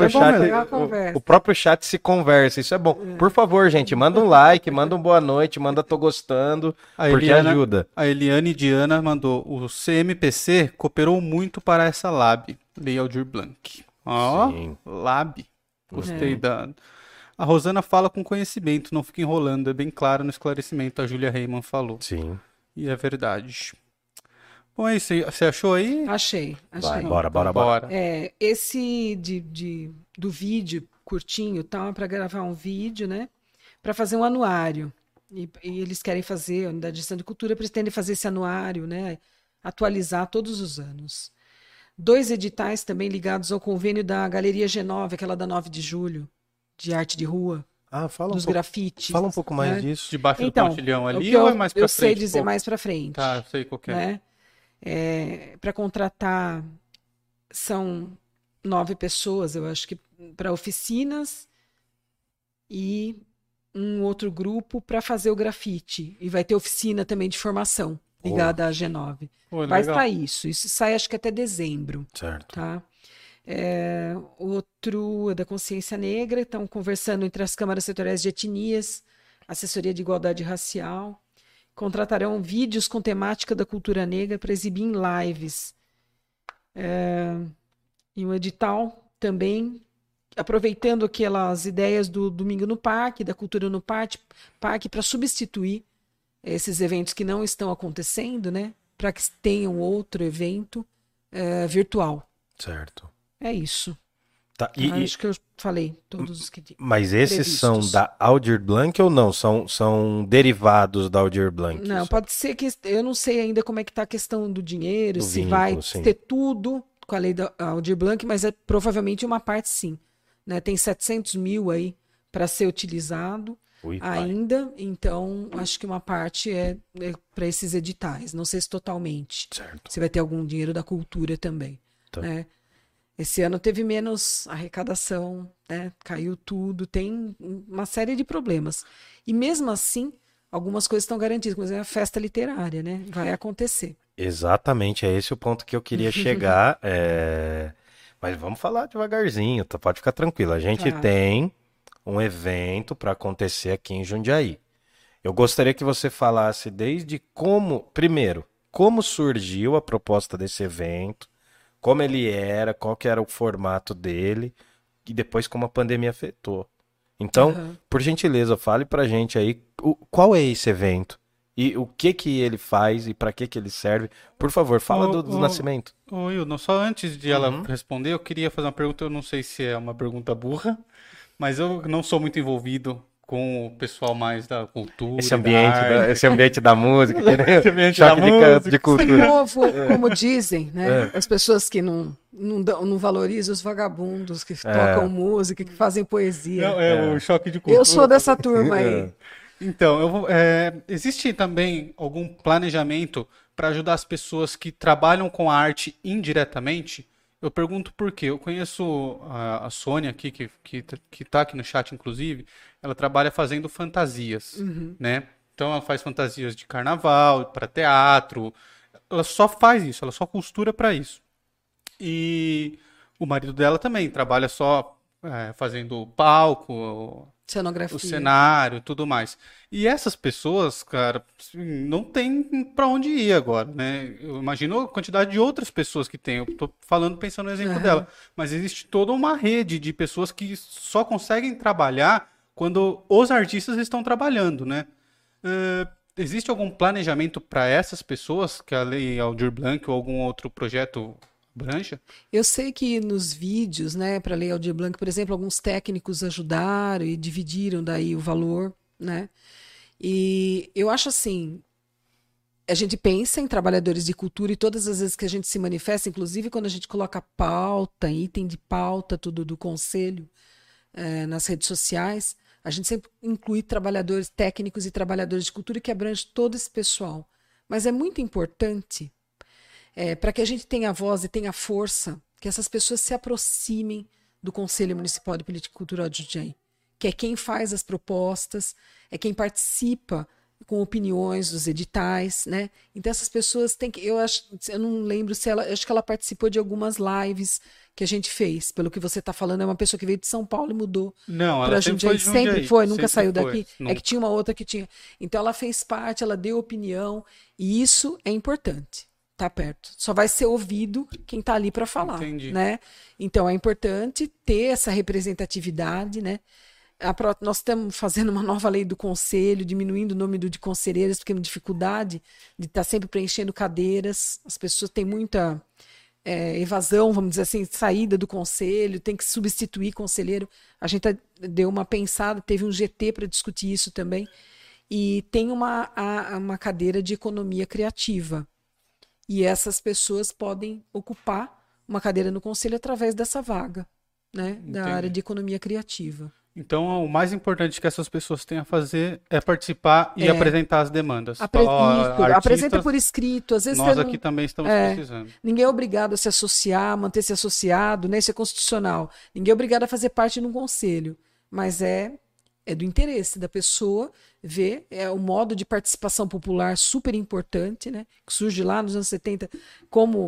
O próprio chat se conversa, isso é bom. Por favor, gente, manda um like, manda um boa noite, manda tô gostando, porque ajuda. A Eliane Diana mandou: o CMPC cooperou muito para essa lab, Lei Aldir Blanc. Lab. Gostei da... A Rosana fala com conhecimento, não fica enrolando, é bem claro no esclarecimento, a Júlia Reimann falou. Sim. E é verdade. Bom, é isso aí. Você achou aí? Achei. Vai, bora. Esse do vídeo curtinho, tá? Para gravar um vídeo, né? Para fazer um anuário. E eles querem fazer, a Unidade de Gestão de Cultura pretende fazer esse anuário, né? Atualizar todos os anos. 2 editais também ligados ao convênio da Galeria G9, aquela da 9 de julho. De arte de rua, dos grafites. Fala um pouco mais disso. Debaixo do pontilhão ali ou é mais pra frente? Eu sei dizer mais pra frente. Tá, eu sei qual que é. Né? Para contratar, são 9 pessoas, eu acho que para oficinas e um outro grupo para fazer o grafite. E vai ter oficina também de formação ligada à G9. Vai estar isso. Isso sai acho que até dezembro. Certo. Tá? Outro é da consciência negra, estão conversando entre as câmaras setoriais de etnias, assessoria de igualdade racial, contratarão vídeos com temática da cultura negra para exibir em lives. E um edital também aproveitando aquelas ideias do Domingo no Parque, da Cultura no Parque para substituir esses eventos que não estão acontecendo, né? Para que tenham outro evento virtual. Certo. É isso. Tá. Acho que eu falei todos os que Mas esses previstos. são da Aldir Blanc ou não? São derivados da Aldir Blanc? Não, pode ser que... Eu não sei ainda como é que está a questão do dinheiro, Do se vínculo, vai sim. ter tudo com a lei da Aldir Blanc, mas provavelmente uma parte sim. Né? Tem 700 mil aí para ser utilizado Ui, pai. ainda, então acho que uma parte é para esses editais. Não sei se totalmente. Certo. Se vai ter algum dinheiro da cultura também. Tá. Né? Esse ano teve menos arrecadação, né? Caiu tudo, tem uma série de problemas. E mesmo assim, algumas coisas estão garantidas, como a festa literária, né? Vai acontecer. Exatamente, é esse o ponto que eu queria chegar. Mas vamos falar devagarzinho, tá? Pode ficar tranquilo. A gente Tá. tem um evento para acontecer aqui em Jundiaí. Eu gostaria que você falasse desde primeiro, como surgiu a proposta desse evento, como ele era, qual que era o formato dele e depois como a pandemia afetou. Então, Aham. por gentileza, fale pra gente aí qual é esse evento e o que ele faz e pra que ele serve. Por favor, fala do Nascimento. Ô, Wilton, só antes de ela responder, eu queria fazer uma pergunta. Eu não sei se é uma pergunta burra, mas eu não sou muito envolvido com o pessoal mais da cultura, Esse ambiente da música, Esse ambiente choque da de música. cultura. Povo, como dizem, né? As pessoas que não valorizam os vagabundos que tocam música, que fazem poesia. Não, o choque de cultura. Eu sou dessa turma aí. Então, existe também algum planejamento para ajudar as pessoas que trabalham com a arte indiretamente? Eu pergunto por quê. Eu conheço a Sônia aqui, que tá aqui no chat, inclusive. Ela trabalha fazendo fantasias, né? Então, ela faz fantasias de carnaval, para teatro. Ela só faz isso, ela só costura para isso. E o marido dela também trabalha só fazendo palco, o Cenografia. cenário, tudo mais. E essas pessoas, cara, assim, não tem pra onde ir agora, né? Eu imagino a quantidade de outras pessoas que tem. Eu tô falando pensando no exemplo dela, mas existe toda uma rede de pessoas que só conseguem trabalhar quando os artistas estão trabalhando, né? Existe algum planejamento para essas pessoas que a Lei Aldir Blanc ou algum outro projeto abrange? Eu sei que nos vídeos, né, para a Lei Aldir Blanc, por exemplo, alguns técnicos ajudaram e dividiram daí o valor, né? E eu acho assim, a gente pensa em trabalhadores de cultura e todas as vezes que a gente se manifesta, inclusive quando a gente coloca pauta, item de pauta, tudo do conselho, nas redes sociais, a gente sempre inclui trabalhadores técnicos e trabalhadores de cultura que abrange todo esse pessoal. Mas é muito importante para que a gente tenha voz e tenha força, que essas pessoas se aproximem do Conselho Municipal de Política Cultural de Jundiaí, que é quem faz as propostas, é quem participa com opiniões dos editais, né? Então essas pessoas têm que, eu não lembro se ela, acho que ela participou de algumas lives que a gente fez. Pelo que você está falando, é uma pessoa que veio de São Paulo e mudou para Jundiaí. Sempre foi, nunca saiu daqui. Nunca. É que tinha uma outra que tinha. Então ela fez parte, ela deu opinião e isso é importante. Tá perto. Só vai ser ouvido quem está ali para falar, né? Então é importante ter essa representatividade, né? Nós estamos fazendo uma nova lei do conselho, diminuindo o número de conselheiras, porque tem dificuldade de estar sempre preenchendo cadeiras. As pessoas têm muita evasão, vamos dizer assim, saída do conselho, tem que substituir conselheiro. A gente deu uma pensada, teve um GT para discutir isso também. E tem uma cadeira de economia criativa. E essas pessoas podem ocupar uma cadeira no conselho através dessa vaga, né, da área de economia criativa. Então, o mais importante que essas pessoas têm a fazer é participar e apresentar as demandas. Apresenta por escrito. Às vezes nós aqui também estamos precisando. Ninguém é obrigado a se associar, manter-se associado, né? Isso é constitucional. Ninguém é obrigado a fazer parte de um conselho. Mas é do interesse da pessoa ver o modo de participação popular super importante, né? Que surge lá nos anos 70 como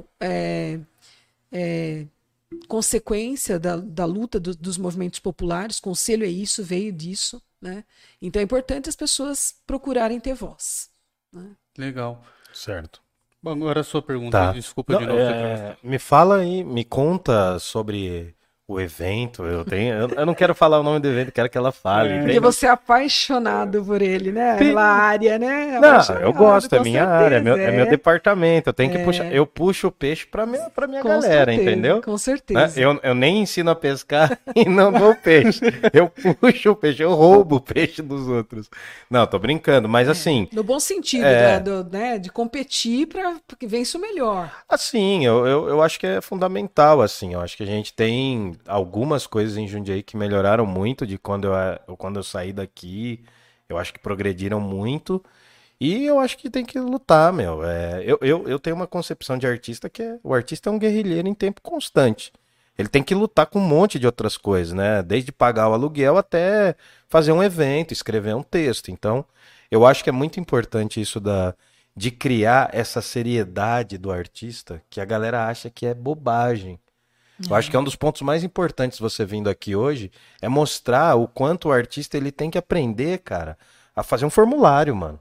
consequência da luta dos movimentos populares. Conselho é isso, veio disso, né? Então é importante as pessoas procurarem ter voz, né? Legal. Certo. Bom, agora a sua pergunta, desculpa de novo. Me fala aí, me conta sobre O evento, eu não quero falar o nome do evento, quero que ela fale. É. Porque Entende? você é apaixonado por ele, né? Pela área, né? Não, Apaixonado, eu gosto, é com minha área, certeza, é meu departamento. Eu tenho que puxar, É. eu puxo o peixe pra minha Com galera, certeza, entendeu? com Né? certeza. Eu nem ensino a pescar e não dou peixe. Eu puxo o peixe, eu roubo o peixe dos outros. Não, tô brincando, mas assim, No bom sentido, é, né, de competir para que vença o melhor. assim, eu acho que é fundamental, assim, eu acho que a gente tem algumas coisas em Jundiaí que melhoraram muito de quando eu saí daqui, eu acho que progrediram muito, e eu acho que tem que lutar, meu. Eu tenho uma concepção de artista o artista é um guerrilheiro em tempo constante. Ele tem que lutar com um monte de outras coisas, né? Desde pagar o aluguel até fazer um evento, escrever um texto. Então, eu acho que é muito importante isso de criar essa seriedade do artista que a galera acha que é bobagem. Eu acho que é um dos pontos mais importantes você vindo aqui hoje é mostrar o quanto o artista ele tem que aprender, cara, a fazer um formulário, mano.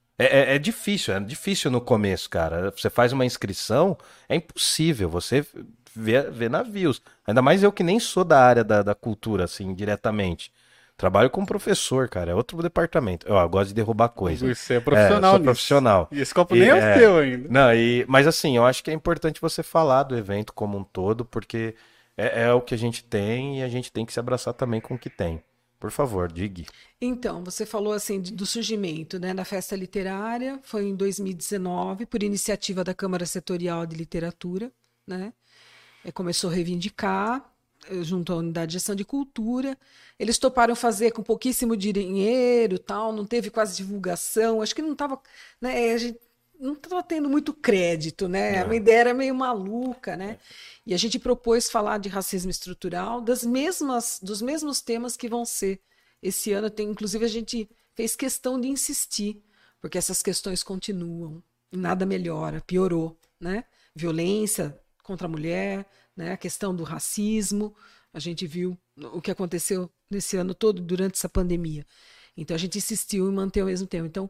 É difícil no começo, cara. Você faz uma inscrição, é impossível. Você vê navios. Ainda mais eu que nem sou da área da cultura, assim, diretamente. Trabalho como professor, cara. É outro departamento. Eu gosto de derrubar coisa. Você é profissional Sou nisso. profissional. E esse copo E, nem é o seu ainda. Não, mas assim, eu acho que é importante você falar do evento como um todo, porque é o que a gente tem e a gente tem que se abraçar também com o que tem. Por favor, diga. Então, você falou assim do surgimento, né, da festa literária, foi em 2019, por iniciativa da Câmara Setorial de Literatura, né? Começou a reivindicar, junto à Unidade de Gestão de Cultura. Eles toparam fazer com pouquíssimo dinheiro, tal, não teve quase divulgação, acho que não estava, né, a gente não estava tendo muito crédito, né? A ideia era meio maluca, né? E a gente propôs falar de racismo estrutural, dos mesmos temas que vão ser esse ano. Inclusive, a gente fez questão de insistir, porque essas questões continuam, e nada melhora, piorou, né? Violência contra a mulher, né? A questão do racismo, a gente viu o que aconteceu nesse ano todo durante essa pandemia. Então, a gente insistiu em manter o mesmo tema. Então,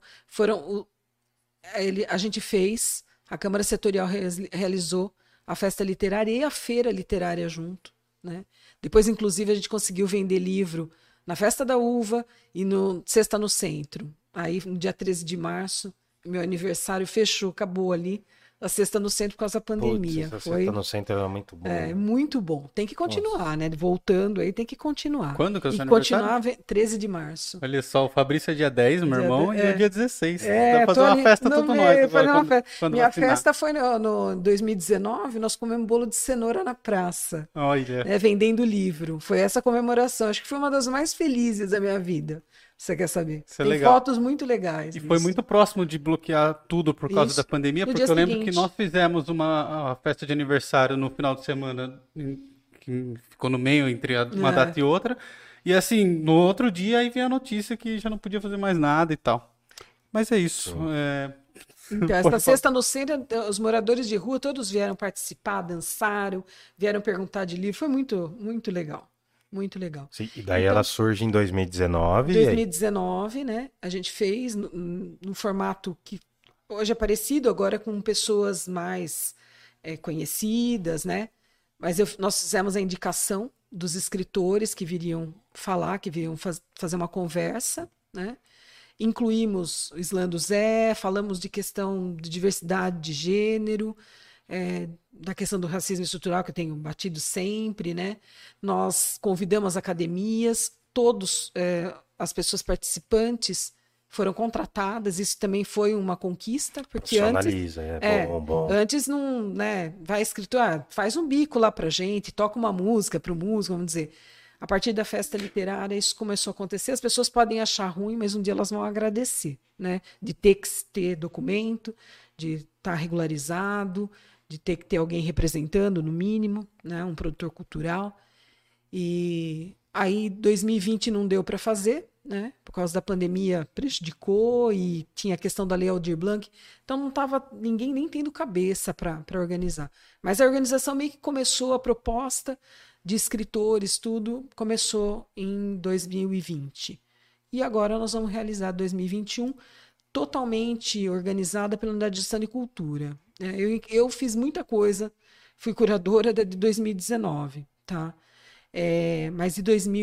a gente fez, a Câmara Setorial realizou a festa literária e a feira literária junto, né? Depois, inclusive, a gente conseguiu vender livro na Festa da Uva e no Sexta no Centro. Aí, no dia 13 de março, meu aniversário fechou, acabou ali a Sexta no Centro por causa da pandemia. Putz, Foi Sexta no Centro era muito bom. muito bom. Tem que continuar, né? Voltando aí, tem que continuar. Quando que é o seu E aniversário? continuar 13 de março. Olha só, o Fabrício é dia 10, meu irmão, e é dia 16. Dá pra tô fazer uma ali festa no todo meio, nós fazer agora, uma festa. quando Minha vacinar. festa foi no 2019, nós comemos bolo de cenoura na praça, Olha, né, vendendo livro. Foi essa comemoração. Acho que foi uma das mais felizes da minha vida. Você quer saber? Isso é Tem legal. fotos muito legais. e foi disso. muito próximo de bloquear tudo por causa Isso. da pandemia, No porque dia eu lembro que seguinte. nós fizemos uma festa de aniversário no final de semana, que ficou no meio entre uma data e outra, e assim, no outro dia aí veio a notícia que já não podia fazer mais nada e tal. Mas é isso. Então, esta sexta no centro, os moradores de rua todos vieram participar, dançaram, vieram perguntar de livro. Foi muito, muito legal. Muito legal. Sim, e daí ela surge em 2019. Em 2019, né? A gente fez num formato que hoje é parecido, agora com pessoas mais conhecidas, né? Mas nós fizemos a indicação dos escritores que viriam falar, que viriam fazer uma conversa, né? Incluímos o Islando Zé, falamos de questão de diversidade de gênero, da questão do racismo estrutural, que eu tenho batido sempre, né? Nós convidamos academias, as pessoas participantes foram contratadas, isso também foi uma conquista, porque Profissionaliza, bom. Antes não, né, vai escrito, faz um bico lá pra gente, toca uma música pro músico, vamos dizer. A partir da festa literária, isso começou a acontecer. As pessoas podem achar ruim, mas um dia elas vão agradecer, né? De ter que ter documento, de estar regularizado, de ter que ter alguém representando, no mínimo, né? Um produtor cultural. E aí, 2020 não deu para fazer, né? Por causa da pandemia, prejudicou e tinha a questão da Lei Aldir Blanc. Então, não estava ninguém nem tendo cabeça para organizar. Mas a organização meio que começou, a proposta de escritores, tudo começou em 2020. E agora nós vamos realizar 2021, totalmente organizada pela Unidade de Gestão de Cultura. Eu fiz muita coisa, fui curadora de 2019, tá? Mas em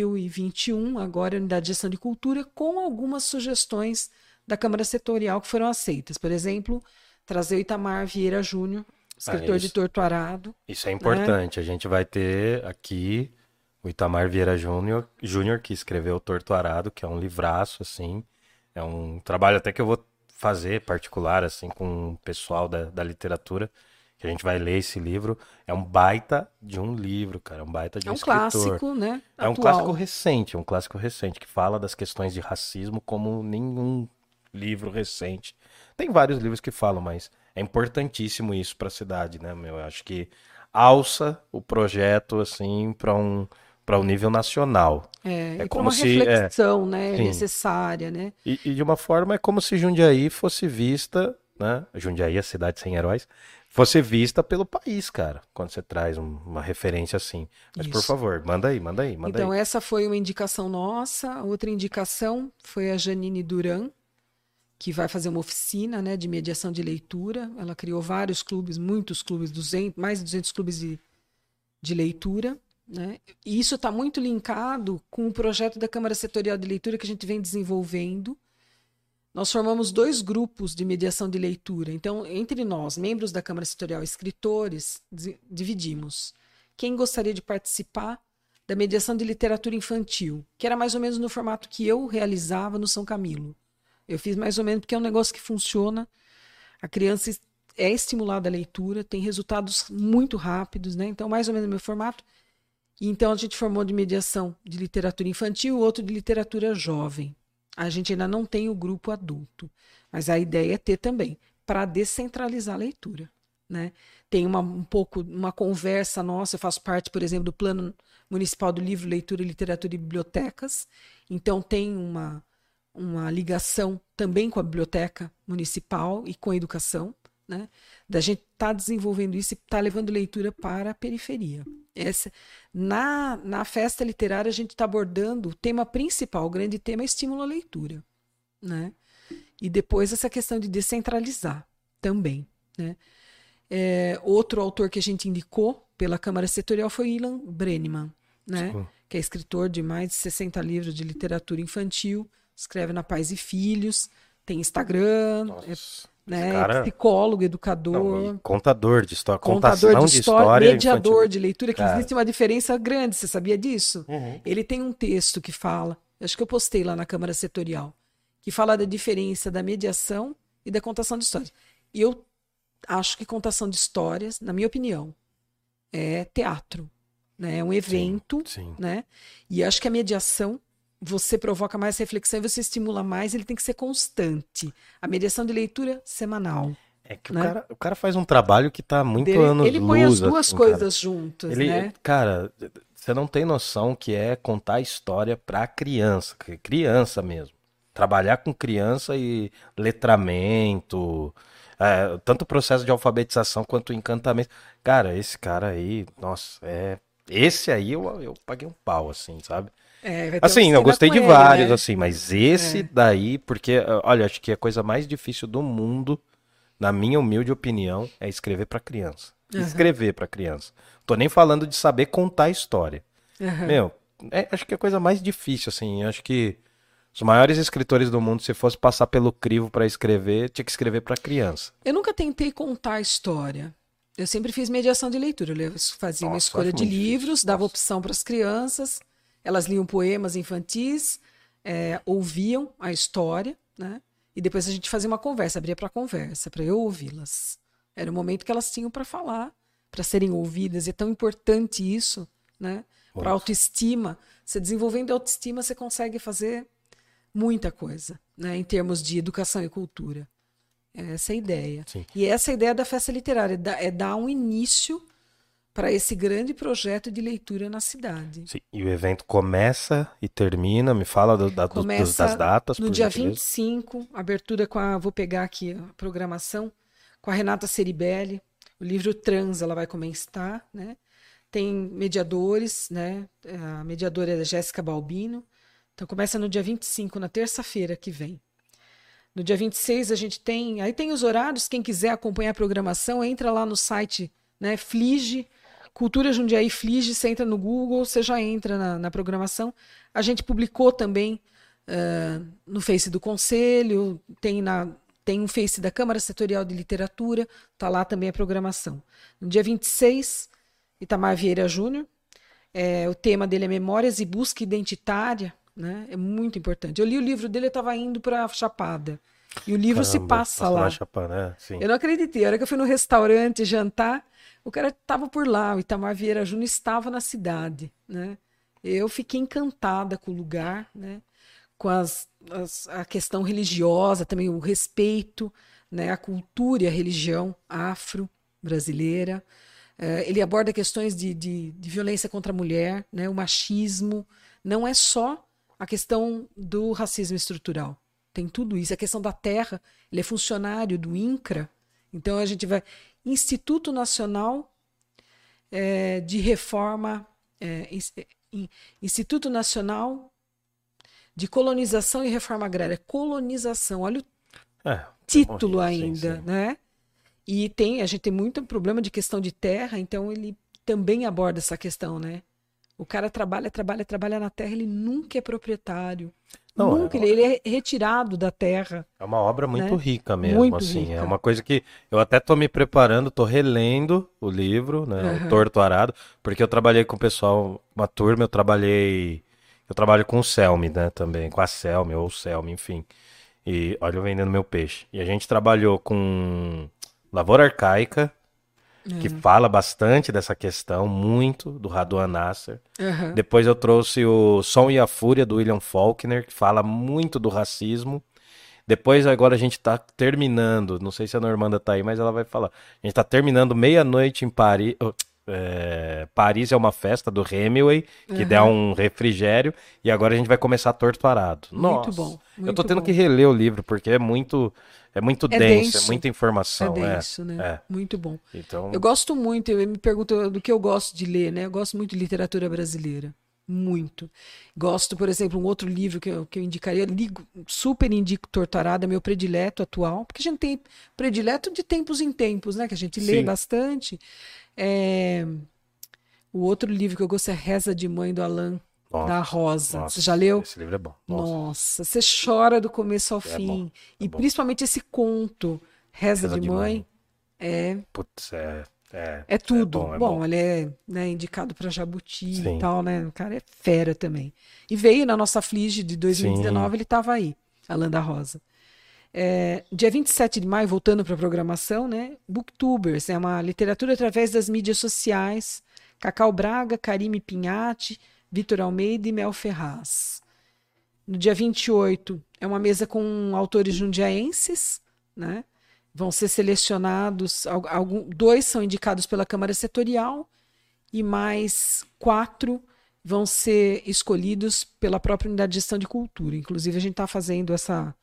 2021, agora a Unidade de Gestão de Cultura, com algumas sugestões da Câmara Setorial que foram aceitas. Por exemplo, trazer o Itamar Vieira Júnior, escritor de Torto Arado. Isso é importante. Né? A gente vai ter aqui o Itamar Vieira Júnior, que escreveu Torto Arado, que é um livraço, assim. É um trabalho até que eu vou fazer particular, assim, com o pessoal da literatura, que a gente vai ler esse livro. É um baita de um livro, cara. É um baita de um escritor. Clássico, né? É um clássico recente, que fala das questões de racismo como nenhum livro recente. Tem vários livros que falam, mas é importantíssimo isso para a cidade, né, meu? Eu acho que alça o projeto, assim, para um nível nacional. É como uma reflexão, né, necessária, né? E de uma forma é como se Jundiaí fosse vista, né? Jundiaí, a cidade sem heróis, fosse vista pelo país, cara, quando você traz uma referência assim. Mas, por favor, manda aí. Então, essa foi uma indicação nossa. Outra indicação foi a Janine Duran, que vai fazer uma oficina, né, de mediação de leitura. Ela criou vários clubes, muitos clubes, mais de 200 clubes de leitura. Né? E isso está muito linkado com o projeto da Câmara Setorial de Leitura que a gente vem desenvolvendo. Nós formamos 2 grupos de mediação de leitura. Então, entre nós, membros da Câmara Setorial, escritores, dividimos. Quem gostaria de participar da mediação de literatura infantil, que era mais ou menos no formato que eu realizava no São Camilo. Eu fiz mais ou menos porque é um negócio que funciona. A criança é estimulada à leitura, tem resultados muito rápidos, né? Então, mais ou menos no meu formato. E então, a gente formou de mediação de literatura infantil, outro de literatura jovem. A gente ainda não tem o grupo adulto, mas a ideia é ter também, para descentralizar a leitura. Né? Tem uma conversa nossa, eu faço parte, por exemplo, do Plano Municipal do Livro, Leitura, Literatura e Bibliotecas, então tem uma ligação também com a Biblioteca Municipal e com a educação, né? Da gente estar desenvolvendo isso e estar levando leitura para a periferia. Na festa literária, a gente está abordando o tema principal, o grande tema é estímulo à leitura. Né? E depois essa questão de descentralizar também. Né? Outro autor que a gente indicou pela Câmara Setorial foi Ilan Brenneman, né? Que é escritor de mais de 60 livros de literatura infantil, escreve na Pais e Filhos, tem Instagram, né? Cara... psicólogo, educador, contador de história, contador de história, mediador infantil. De leitura, que cara, existe uma diferença grande, você sabia disso? Uhum. Ele tem um texto que fala, acho que eu postei lá na Câmara Setorial, que fala da diferença da mediação e da contação de histórias. E eu acho que contação de histórias, na minha opinião, é teatro, né? É um evento, sim. Né? E acho que a mediação você provoca mais reflexão e você estimula mais, ele tem que ser constante. A mediação de leitura semanal. É que né? o cara faz um trabalho que está muito anos-luz. Ele põe as duas coisas juntas, né? Cara, você não tem noção que é contar história para criança, criança mesmo. Trabalhar com criança e letramento, tanto o processo de alfabetização quanto o encantamento. Cara, esse cara aí, nossa, esse aí eu paguei um pau, assim, sabe? Assim, eu gostei de vários, né? Assim, mas esse daí, porque, olha, acho que a coisa mais difícil do mundo, na minha humilde opinião, é escrever para criança. Uhum. Escrever para criança. Tô nem falando de saber contar história. Uhum. Meu, acho que é a coisa mais difícil, assim, acho que os maiores escritores do mundo, se fosse passar pelo crivo para escrever, tinha que escrever para criança. Eu nunca tentei contar história. Eu sempre fiz mediação de leitura. Eu fazia uma escolha de livros, dava opção para as crianças. Elas liam poemas infantis, ouviam a história, né? E depois a gente fazia uma conversa, abria para conversa, para eu ouvi-las. Era o momento que elas tinham para falar, para serem ouvidas. E é tão importante isso, né? Para autoestima. Você desenvolvendo a autoestima, você consegue fazer muita coisa, né? Em termos de educação e cultura. Essa é a ideia. Sim. E essa é a ideia da festa literária, é dar um início para esse grande projeto de leitura na cidade. Sim. E o evento começa e termina, me fala das datas. No dia 25, abertura vou pegar aqui a programação, com a Renata Ceribelli, o livro Trans, ela vai comentar, né? Tem mediadores, né? A mediadora é a Jéssica Balbino. Então começa no dia 25, na terça-feira que vem. No dia 26 a gente aí tem os horários, quem quiser acompanhar a programação, entra lá no site, né, Flige, Cultura Jundiaí Flige, você entra no Google, você já entra na programação. A gente publicou também no Face do Conselho, tem um Face da Câmara Setorial de Literatura, está lá também a programação. No dia 26, Itamar Vieira Júnior, o tema dele é Memórias e Busca Identitária, né? É muito importante. Eu li o livro dele, eu estava indo para a Chapada. E o livro se passa lá. Chapada, sim. Eu não acreditei. A hora que eu fui no restaurante jantar, o cara estava por lá. O Itamar Vieira Júnior estava na cidade, né? Eu fiquei encantada com o lugar, né? Com a questão religiosa, também o respeito, né? A cultura e a religião afro-brasileira. Ele aborda questões de violência contra a mulher, né? O machismo. Não é só a questão do racismo estrutural. Tem tudo isso. A questão da terra. Ele é funcionário do INCRA. Então, a gente vai... Instituto Nacional de Reforma... Instituto Nacional de Colonização e Reforma Agrária. Colonização. Olha o título ainda, sim. Né? E a gente tem muito problema de questão de terra, então ele também aborda essa questão, né? O cara trabalha na terra, ele nunca é proprietário. Não, nunca, ele é retirado da terra. É uma obra muito, né? Rica mesmo, muito assim. Rica. É uma coisa que eu até tô me preparando, tô relendo o livro, né? O Torto Arado, porque eu trabalhei com o pessoal, uma turma, eu trabalho com o Selmi, né, também, com a Selmi, ou o Selmi, enfim. E olha, eu vendendo meu peixe. E a gente trabalhou com Lavoura Arcaica, que fala bastante dessa questão, muito, do Raduan Nasser. Depois eu trouxe o Som e a Fúria, do William Faulkner, que fala muito do racismo. Depois, agora a gente tá terminando, não sei se a Normanda tá aí, mas ela vai falar. A gente tá terminando Meia-Noite em Paris... Paris é uma festa, do Hemingway, que dá um refrigério, e agora a gente vai começar Torto Arado. Nossa, muito bom. Eu tô tendo que reler o livro, porque é muito denso, é muita informação. É denso, né? Muito bom. Então... Eu gosto muito, eu me pergunto do que eu gosto de ler, né? Eu gosto muito de literatura brasileira. Muito. Gosto, por exemplo, um outro livro que eu indicaria, super indico Torto Arado, é meu predileto atual, porque a gente tem predileto de tempos em tempos, né? Que a gente lê bastante. O outro livro que eu gosto é Reza de Mãe, do Alain da Rosa. Você já leu? Esse livro é bom. Nossa, você chora do começo ao fim. E principalmente esse conto, Reza de Mãe. Putz, é tudo. Bom, ele é, né, indicado para Jabuti e tal, né? O cara é fera também. E veio na nossa Flige de 2019, ele estava aí, Alain da Rosa. Dia 27 de maio, voltando para a programação, né? Booktubers, é uma literatura através das mídias sociais. Cacau Braga, Karime Pinhatti, Vitor Almeida e Mel Ferraz. No dia 28, é uma mesa com autores jundiaenses, né? Vão ser selecionados, 2 são indicados pela Câmara Setorial e mais 4 vão ser escolhidos pela própria Unidade de Gestão de Cultura. Inclusive, a gente está fazendo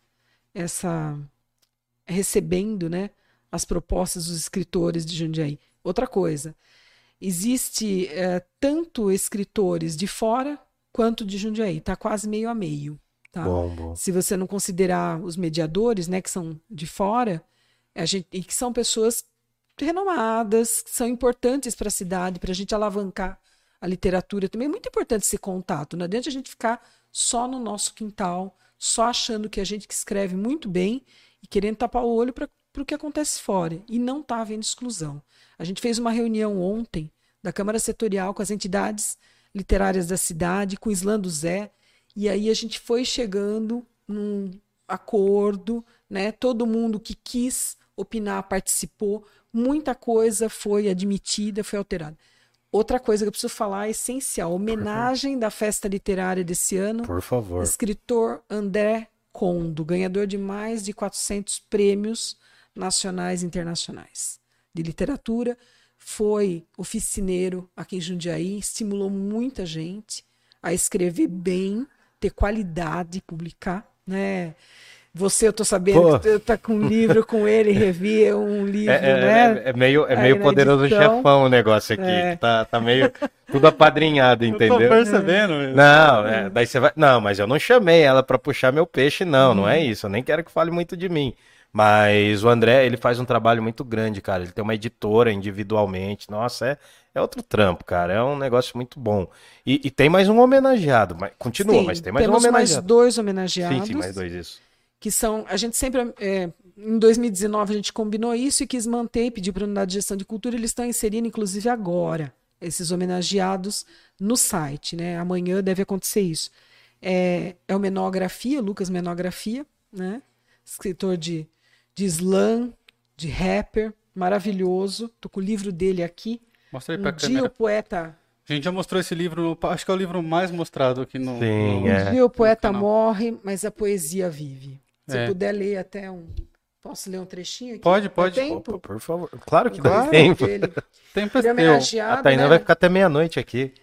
recebendo, né, as propostas dos escritores de Jundiaí. Outra coisa, existe tanto escritores de fora quanto de Jundiaí, está quase meio a meio. Tá? Bom. Se você não considerar os mediadores, né, que são de fora, e que são pessoas renomadas, que são importantes para a cidade, para a gente alavancar a literatura também. É muito importante esse contato, não adianta a gente ficar só no nosso quintal, só achando que a gente que escreve muito bem e querendo tapar o olho para o que acontece fora. E não está havendo exclusão. A gente fez uma reunião ontem da Câmara Setorial com as entidades literárias da cidade, com o Islã do Zé, e aí a gente foi chegando num acordo, né? Todo mundo que quis opinar participou, muita coisa foi admitida, foi alterada. Outra coisa que eu preciso falar, essencial, homenagem da festa literária desse ano. Por favor. Escritor André Condo, ganhador de mais de 400 prêmios nacionais e internacionais de literatura. Foi oficineiro aqui em Jundiaí, estimulou muita gente a escrever bem, ter qualidade, publicar, né? Você, eu tô sabendo que você tá com um livro com ele, revi um livro, né? É meio Poderoso Chefão o negócio aqui, que tá meio tudo apadrinhado, entendeu? Eu tô percebendo. Não, daí você vai... Não, mas eu não chamei ela pra puxar meu peixe, não é isso. Eu nem quero que fale muito de mim. Mas o André, ele faz um trabalho muito grande, cara. Ele tem uma editora individualmente. Nossa, é outro trampo, cara. É um negócio muito bom. E tem mais um homenageado. Continua, mas Sim, tem mais um temos mais homenageado. 2 Sim, homenageados. sim, mais 2, isso. Que são, a gente sempre, em 2019 a gente combinou isso e quis manter e pedir para a Unidade de Gestão de Cultura, eles estão inserindo inclusive agora esses homenageados no site, né? Amanhã deve acontecer isso. É o Menografia, Lucas Menografia, né? Escritor de slam, de rapper, maravilhoso. Tô com o livro dele aqui. Mostra aí pra Um dia câmera. o poeta... A gente já mostrou esse livro, acho que é o livro mais mostrado aqui no... Sim, Um dia o poeta canal. morre, mas a poesia vive. Se eu É. puder ler até um... Posso ler um trechinho aqui? Pode, Dá pode. tempo? Opa, por favor. Claro que dá Claro. tempo. Dele. Tempo Ele é é teu. A homenageado, Tainá né, vai ficar até meia-noite aqui.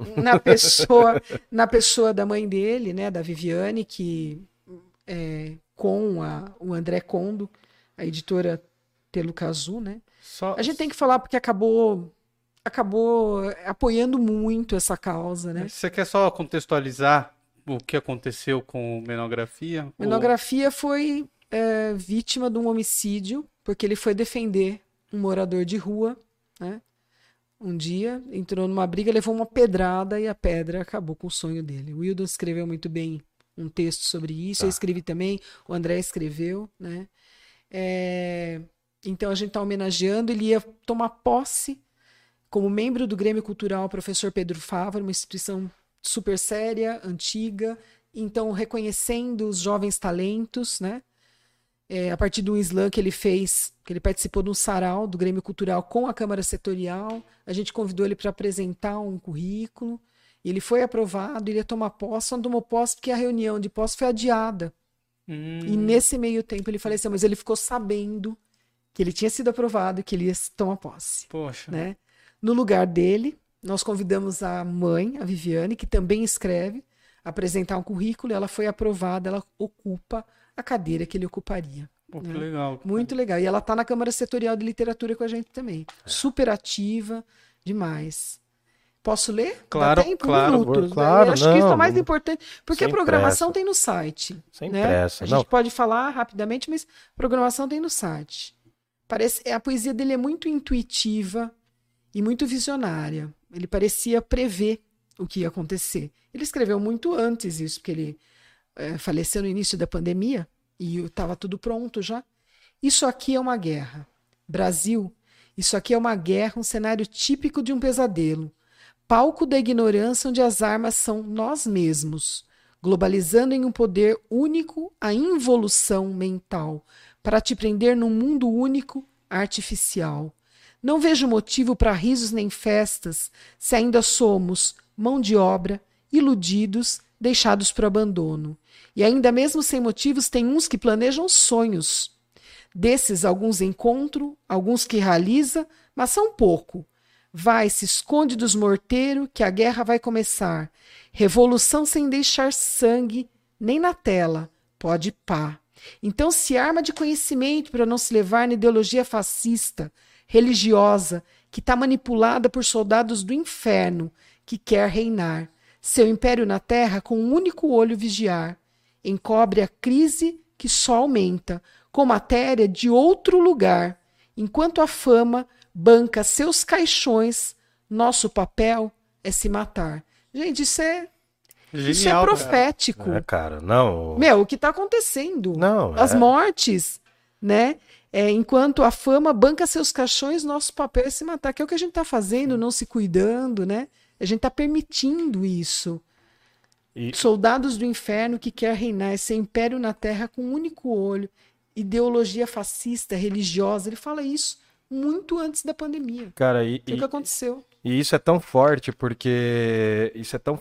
na pessoa da mãe dele, né, da Viviane, que com o André Condo, a editora Telucazu, né? Só... A gente tem que falar porque acabou apoiando muito essa causa, né? Você quer só contextualizar o que aconteceu com o Menografia? Menografia foi vítima de um homicídio porque ele foi defender um morador de rua, né? Um dia entrou numa briga, levou uma pedrada e a pedra acabou com o sonho dele. O Wildon escreveu muito bem um texto sobre isso, eu escrevi também, o André escreveu, né? Então a gente está homenageando, ele ia tomar posse como membro do Grêmio Cultural Professor Pedro Fávaro, uma instituição super séria, antiga, então reconhecendo os jovens talentos, né? A partir do slam que ele fez, que ele participou de um sarau do Grêmio Cultural com a Câmara Setorial, a gente convidou ele para apresentar um currículo, e ele foi aprovado, ele ia tomar posse, só não tomou posse porque a reunião de posse foi adiada. E nesse meio tempo ele faleceu, mas ele ficou sabendo que ele tinha sido aprovado e que ele ia tomar posse. Poxa. Né? No lugar dele, nós convidamos a mãe, a Viviane, que também escreve, a apresentar um currículo, ela foi aprovada, ela ocupa a cadeira que ele ocuparia. Pô, que né? legal. Muito legal. E ela está na Câmara Setorial de Literatura com a gente também. Super ativa, demais. Posso ler? Claro, Dá tempo? claro, Um minuto. claro, Eu acho que isso é não, mais vamos- importante, porque a sem programação pressa. tem no site. Sem né? pressa. A Não, gente pode falar rapidamente, mas a programação tem no site. A poesia dele é muito intuitiva e muito visionária. Ele parecia prever o que ia acontecer. Ele escreveu muito antes isso, porque ele faleceu no início da pandemia e estava tudo pronto já. Isso aqui é uma guerra. Brasil, isso aqui é uma guerra, um cenário típico de um pesadelo. Palco da ignorância onde as armas são nós mesmos, globalizando em um poder único a involução mental, para te prender num mundo único, artificial. Não vejo motivo para risos nem festas, se ainda somos mão de obra, iludidos, deixados para o abandono. E ainda mesmo sem motivos, tem uns que planejam sonhos. Desses, alguns encontro, alguns que realiza, mas são pouco. Vai, se esconde dos morteiros, que a guerra vai começar. Revolução sem deixar sangue, nem na tela, pode pá. Então se arma de conhecimento para não se levar na ideologia fascista, religiosa, que está manipulada por soldados do inferno, que quer reinar. Seu império na terra com um único olho vigiar. Encobre a crise que só aumenta, com matéria de outro lugar. Enquanto a fama banca seus caixões, nosso papel é se matar. Gente, isso é Genial, cara. profético. cara, não. Meu, o que está acontecendo? Não, As mortes, né? Enquanto a fama banca seus caixões, nosso papel é se matar, que é o que a gente está fazendo, não se cuidando, né? A gente está permitindo isso. E- Soldados do inferno que quer reinar, esse império na terra com um único olho, ideologia fascista, religiosa, ele fala isso muito antes da pandemia. Cara, O que aconteceu? e isso é tão forte porque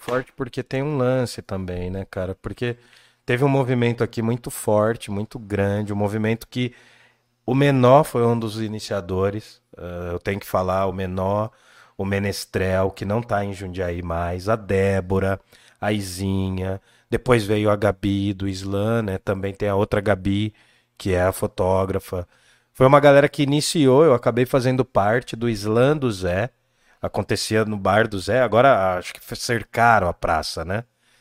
tem um lance também, né, cara? Porque teve um movimento aqui muito forte, muito grande, um movimento que o Menor foi um dos iniciadores. Eu tenho que falar, o Menor, o Menestrel, que não tá em Jundiaí mais, a Débora, a Izinha, depois veio a Gabi do Slam, né? Também tem a outra Gabi, que é a fotógrafa. Foi uma galera que iniciou, eu acabei fazendo parte do Slam do Zé. Acontecia no bar do Zé, agora acho que cercaram a praça, né?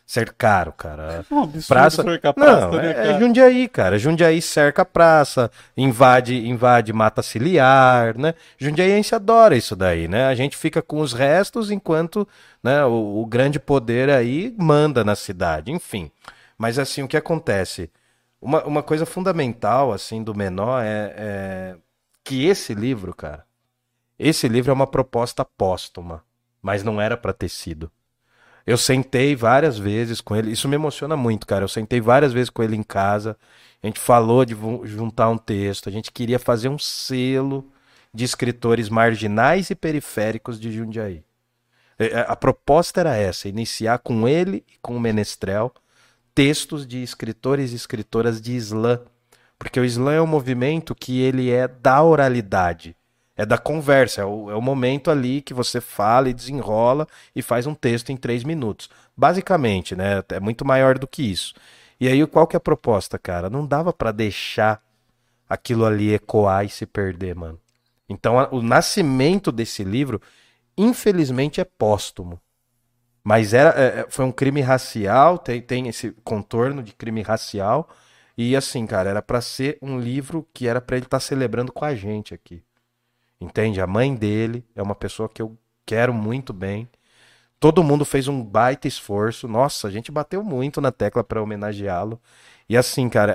Cercaram, cara. É um absurdo Praça... cercar a praça, Não, né, é cara? Jundiaí, cara. Jundiaí cerca a praça, invade mata ciliar, né? Jundiaiense adora isso daí, né? A gente fica com os restos enquanto, né, o grande poder aí manda na cidade, enfim. Mas assim, o que acontece? Uma coisa fundamental, assim, do Menor é que esse livro, cara, esse livro é uma proposta póstuma, mas não era pra ter sido. Eu sentei várias vezes com ele, isso me emociona muito, cara. Eu sentei várias vezes com ele em casa, a gente falou de juntar um texto, a gente queria fazer um selo de escritores marginais e periféricos de Jundiaí. A proposta era essa, iniciar com ele e com o Menestrel textos de escritores e escritoras de Islã, porque o Islã é um movimento que ele é da oralidade, é da conversa, é o momento ali que você fala e desenrola e faz um texto em 3 minutos. Basicamente, né? É muito maior do que isso. E aí, qual que é a proposta, cara? Não dava pra deixar aquilo ali ecoar e se perder, mano. Então, o nascimento desse livro, infelizmente, é póstumo. Mas foi um crime racial, tem esse contorno de crime racial. E assim, cara, era pra ser um livro que era pra ele estar celebrando com a gente aqui. Entende? A mãe dele é uma pessoa que eu quero muito bem. Todo mundo fez um baita esforço. Nossa, a gente bateu muito na tecla pra homenageá-lo. E assim, cara,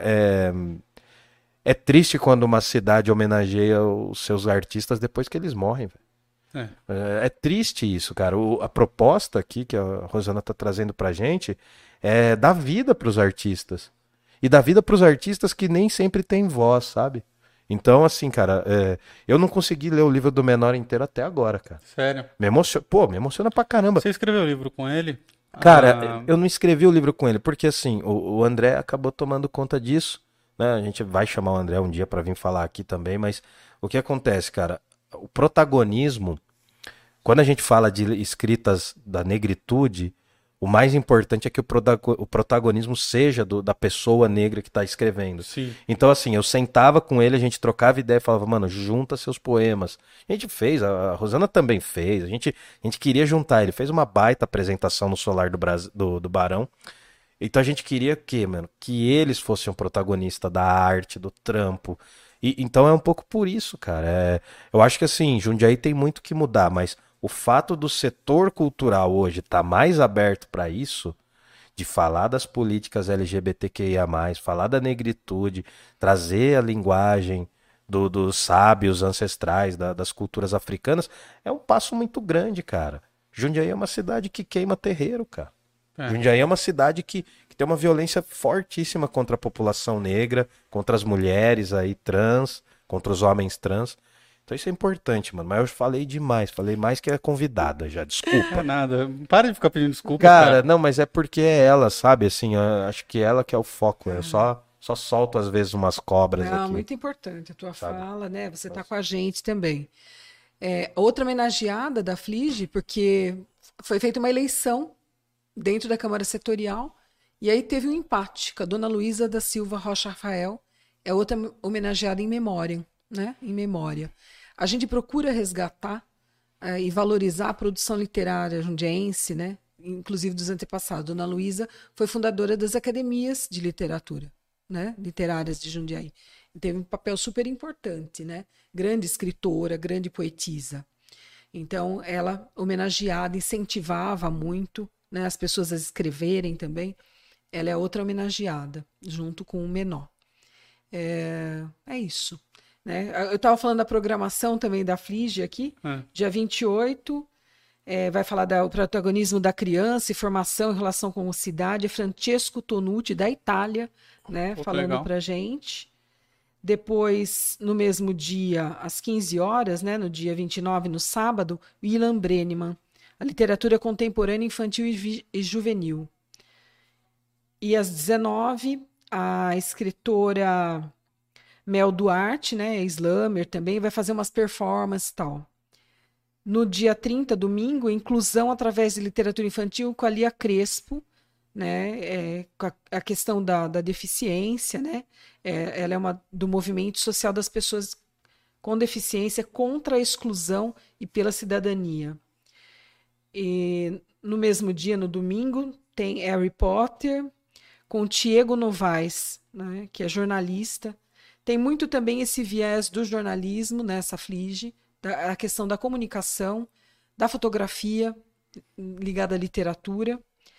é triste quando uma cidade homenageia os seus artistas depois que eles morrem, velho. É triste isso, cara. A proposta aqui que a Rosana tá trazendo pra gente é dar vida pros artistas. E dar vida pros artistas que nem sempre têm voz, sabe? Então, assim, cara, eu não consegui ler o livro do Menor inteiro até agora, cara. Sério. Me emociona pra caramba. Você escreveu o livro com ele? Cara, eu não escrevi o livro com ele, porque assim, o André acabou tomando conta disso, né? A gente vai chamar o André um dia pra vir falar aqui também, mas o que acontece, cara? O protagonismo, quando a gente fala de escritas da negritude, o mais importante é que o protagonismo seja da pessoa negra que está escrevendo. Sim. Então, assim, eu sentava com ele, a gente trocava ideia e falava, mano, junta seus poemas. A gente fez, a Rosana também fez, a gente queria juntar. Ele fez uma baita apresentação no Solar do Barão. Então a gente queria que, mano, que eles fossem o protagonista da arte, do trampo. Então é um pouco por isso, cara. Eu acho que assim, Jundiaí tem muito que mudar, mas o fato do setor cultural hoje estar mais aberto para isso, de falar das políticas LGBTQIA+, falar da negritude, trazer a linguagem dos sábios ancestrais, das culturas africanas, é um passo muito grande, cara. Jundiaí é uma cidade que queima terreiro, cara. Jundiaí é uma cidade que tem uma violência fortíssima contra a população negra, contra as mulheres aí trans, contra os homens trans. Então isso é importante, mano. Mas eu falei demais, falei mais que a convidada já, desculpa. É nada, para de ficar pedindo desculpa, Cara, não, mas é porque é ela, sabe? Assim, eu acho que ela que é o foco. Eu só solto às vezes umas cobras Não, aqui. muito importante a tua Sabe? fala, né? Você tá com a gente também. Outra homenageada da Flige, porque foi feita uma eleição dentro da Câmara Setorial e aí teve um empate com a dona Luísa da Silva Rocha Rafael, é outra homenageada em memória, né? Em memória. A gente procura resgatar e valorizar a produção literária jundiaense, né? Inclusive dos antepassados. Dona Luísa foi fundadora das academias de literatura, né? Literárias de Jundiaí. E teve um papel super importante, né? Grande escritora, grande poetisa. Então, ela, homenageada, incentivava muito, né, as pessoas a escreverem também. Ela é outra homenageada, junto com o Menor. É isso. Né? Eu estava falando da programação também da Flige aqui, dia 28, vai falar do protagonismo da criança e formação em relação com a cidade, é Francesco Tonucci, da Itália, né, falando para a gente. Depois, no mesmo dia, às 15 horas, né, no dia 29, no sábado, Ilan Brenneman, a literatura contemporânea infantil e juvenil. E às 19, a escritora Mel Duarte, né, slammer também, vai fazer umas performances e tal. No dia 30, domingo, inclusão através de literatura infantil com a Lia Crespo, né, com a questão da deficiência, né, ela é do movimento social das pessoas com deficiência contra a exclusão e pela cidadania. E no mesmo dia, no domingo, tem Harry Potter, com Tiago Novaes, né, que é jornalista. Tem muito também esse viés do jornalismo nessa Flige, a questão da comunicação, da fotografia ligada à literatura.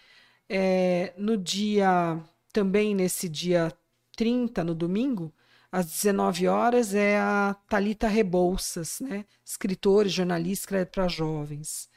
Também nesse dia 30, no domingo, às 19 horas, é a Thalita Rebouças, né? Escritora e jornalista para jovens.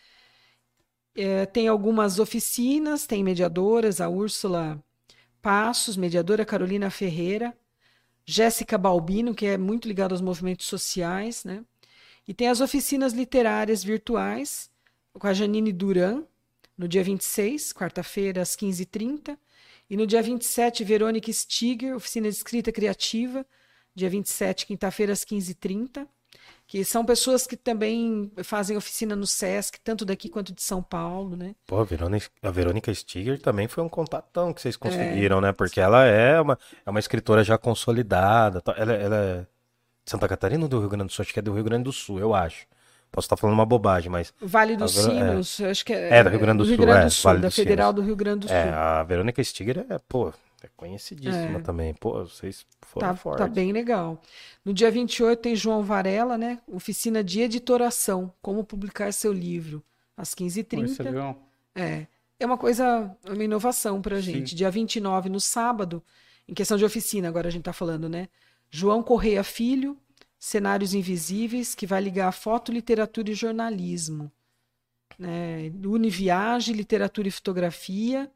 Tem algumas oficinas, tem mediadoras, a Úrsula Passos, mediadora Carolina Ferreira, Jéssica Balbino, que é muito ligada aos movimentos sociais, né? E tem as oficinas literárias virtuais, com a Janine Duran, no dia 26, quarta-feira, às 15h30. E no dia 27, Verônica Stiger, oficina de escrita criativa, dia 27, quinta-feira, às 15h30. Que são pessoas que também fazem oficina no Sesc, tanto daqui quanto de São Paulo, né? Pô, a Verônica Stiger também foi um contatão que vocês conseguiram, né? Porque ela é uma escritora já consolidada. Ela é de Santa Catarina ou do Rio Grande do Sul? Acho que é do Rio Grande do Sul, eu acho. Posso estar falando uma bobagem, mas... Vale dos Sinos, eu acho que é do Rio Grande do Sul, Vale da Federal do Rio Grande do Sul. A Verônica Stiger é conhecidíssima também. Pô, vocês foram fortes. Tá bem legal. No dia 28 tem João Varela, né? Oficina de editoração, como publicar seu livro, às 15h30. Isso é legal. É uma inovação pra gente. Sim. Dia 29, no sábado, em questão de oficina, agora a gente tá falando, né? João Correia Filho, Cenários Invisíveis, que vai ligar foto, literatura e jornalismo. Né? Univiage, literatura e fotografia.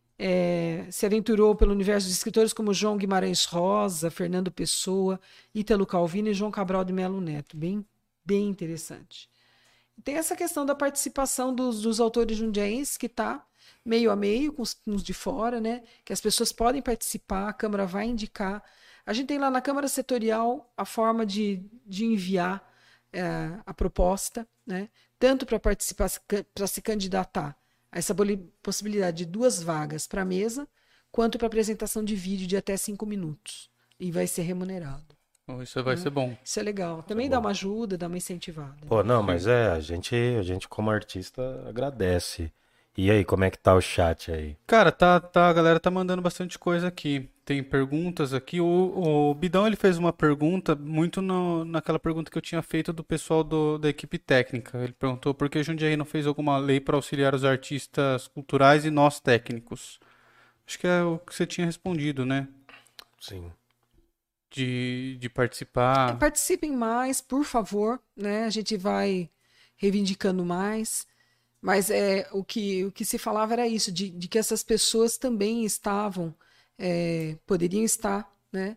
Se aventurou pelo universo de escritores como João Guimarães Rosa, Fernando Pessoa, Ítalo Calvino e João Cabral de Melo Neto. Bem, bem interessante. Tem essa questão da participação dos autores jundiaenses, que está meio a meio com os de fora, né? Que as pessoas podem participar, a Câmara vai indicar. A gente tem lá na Câmara Setorial a forma de enviar a proposta, né? Tanto para participar, para se candidatar a essa possibilidade de 2 vagas para a mesa, quanto para apresentação de vídeo de até 5 minutos. E vai ser remunerado. Isso vai ser bom. Isso é legal. Também dá uma ajuda, dá uma incentivada. Pô, não, mas a gente como artista agradece. E aí, como é que tá o chat aí? Cara, a galera tá mandando bastante coisa aqui. Tem perguntas aqui. O Bidão, ele fez uma pergunta muito naquela pergunta que eu tinha feito do pessoal da equipe técnica. Ele perguntou por que Jundiaí não fez alguma lei para auxiliar os artistas culturais e nós técnicos. Acho que é o que você tinha respondido, né? Sim. De participar. Participem mais, por favor, né? A gente vai reivindicando mais. Mas o que se falava era isso, de que essas pessoas também poderiam estar, né,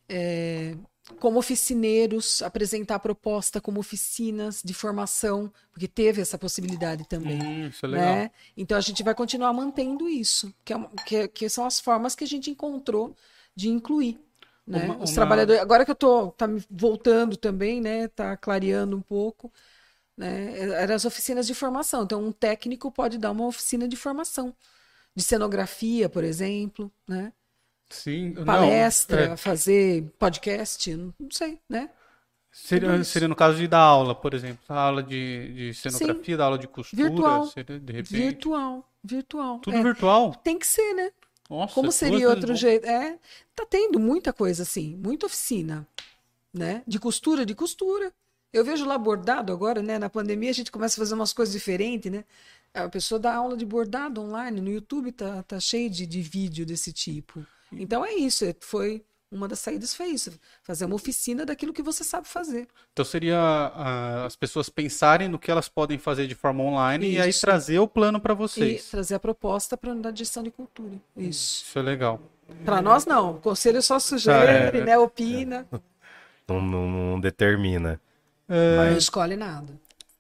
como oficineiros, apresentar a proposta como oficinas de formação, porque teve essa possibilidade também. Isso é legal. Né? Então a gente vai continuar mantendo isso, que são as formas que a gente encontrou de incluir. Né? Os trabalhadores. Agora que tá me voltando também, né, tá clareando um pouco. Né? Eram as oficinas de formação. Então, um técnico pode dar uma oficina de formação, de cenografia, por exemplo, né? Sim, palestra, fazer podcast, não sei, né? Seria no caso de dar aula, por exemplo, a aula de cenografia, dar aula de costura, virtual, seria, de repente. Virtual. Tudo virtual? Tem que ser, né? Nossa, como seria outro jeito? Tá tendo muita coisa assim, muita oficina, né? De costura. Eu vejo lá bordado agora, né? Na pandemia a gente começa a fazer umas coisas diferentes, né? A pessoa dá aula de bordado online, no YouTube tá cheio de vídeo desse tipo. Então é isso, uma das saídas foi isso, fazer uma oficina daquilo que você sabe fazer. Então seria as pessoas pensarem no que elas podem fazer de forma online e aí trazer o plano para vocês. E trazer a proposta para a unidade de gestão de cultura. Isso é legal. Para nós não, o conselho só sugere, né? Opina. Não determina. Não escolhe nada.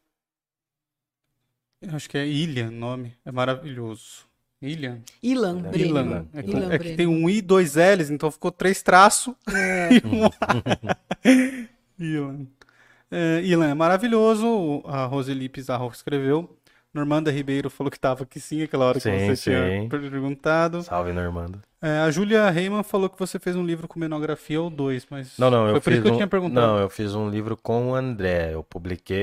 Eu acho que é Ilian o nome. É maravilhoso. Ilan Breno. É que tem um I, 2 L's, então ficou 3 traços. E um A. Ilan é maravilhoso. A Roseli Pizarro escreveu. Normanda Ribeiro falou que estava aqui sim, aquela hora que você tinha perguntado. Salve, Normanda. A Júlia Reimann falou que você fez um livro com menografia ou 2, mas não, foi por isso que eu tinha perguntado. Não, eu fiz um livro com o André. Eu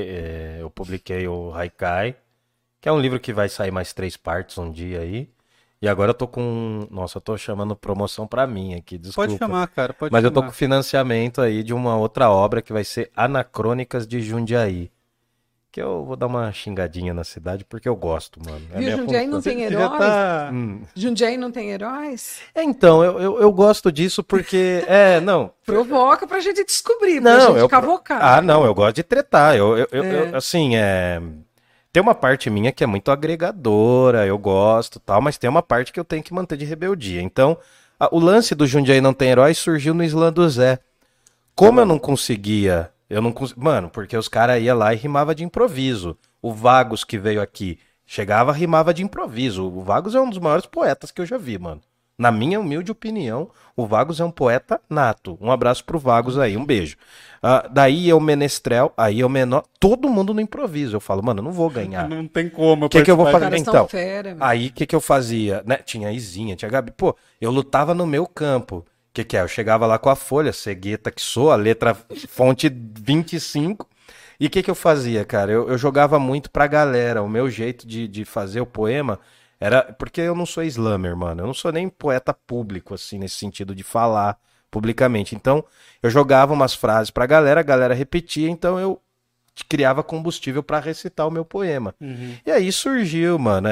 publiquei o Haikai, que é um livro que vai sair mais 3 partes um dia aí. E agora eu tô com. Nossa, eu tô chamando promoção pra mim aqui, desculpa. Pode chamar, cara, pode Mas eu tô chamar. com financiamento aí de uma outra obra que vai ser Anacrônicas de Jundiaí. Que eu vou dar uma xingadinha na cidade porque eu gosto, mano. É a Viu, minha Jundiaí função. não tem Você já heróis? tá... Jundiaí não tem heróis? Então, eu gosto disso porque. Não. Provoca pra gente descobrir, pra Não, gente eu. cavocar. Ah, não, eu gosto de tretar. É. Assim, tem uma parte minha que é muito agregadora, eu gosto e tal, mas tem uma parte que eu tenho que manter de rebeldia. Então, o lance do Jundiaí não tem herói surgiu no Islã do Zé. Como eu não conseguia. Mano, porque os caras iam lá e rimava de improviso. O Vagos que veio aqui chegava, rimava de improviso. O Vagos é um dos maiores poetas que eu já vi, mano. Na minha humilde opinião, o Vagos é um poeta nato. Um abraço pro Vagos aí, um beijo. Daí eu Menestrel, aí eu Menor, todo mundo no improviso. Eu falo, mano, eu não vou ganhar. Não tem como. O que eu vou Os fazer? caras Então, tão fera, meu. aí o que eu fazia? Né? Tinha a Izinha, tinha a Gabi. Pô, eu lutava no meu campo. O que é? Eu chegava lá com a folha, cegueta que sou, a letra fonte 25. E o que eu fazia, cara? Eu jogava muito pra galera. O meu jeito de fazer o poema era. Porque eu não sou slammer, mano. Eu não sou nem poeta público, assim, nesse sentido de falar publicamente. Então, eu jogava umas frases pra galera, a galera repetia, então eu criava combustível pra recitar o meu poema. E aí surgiu, mano,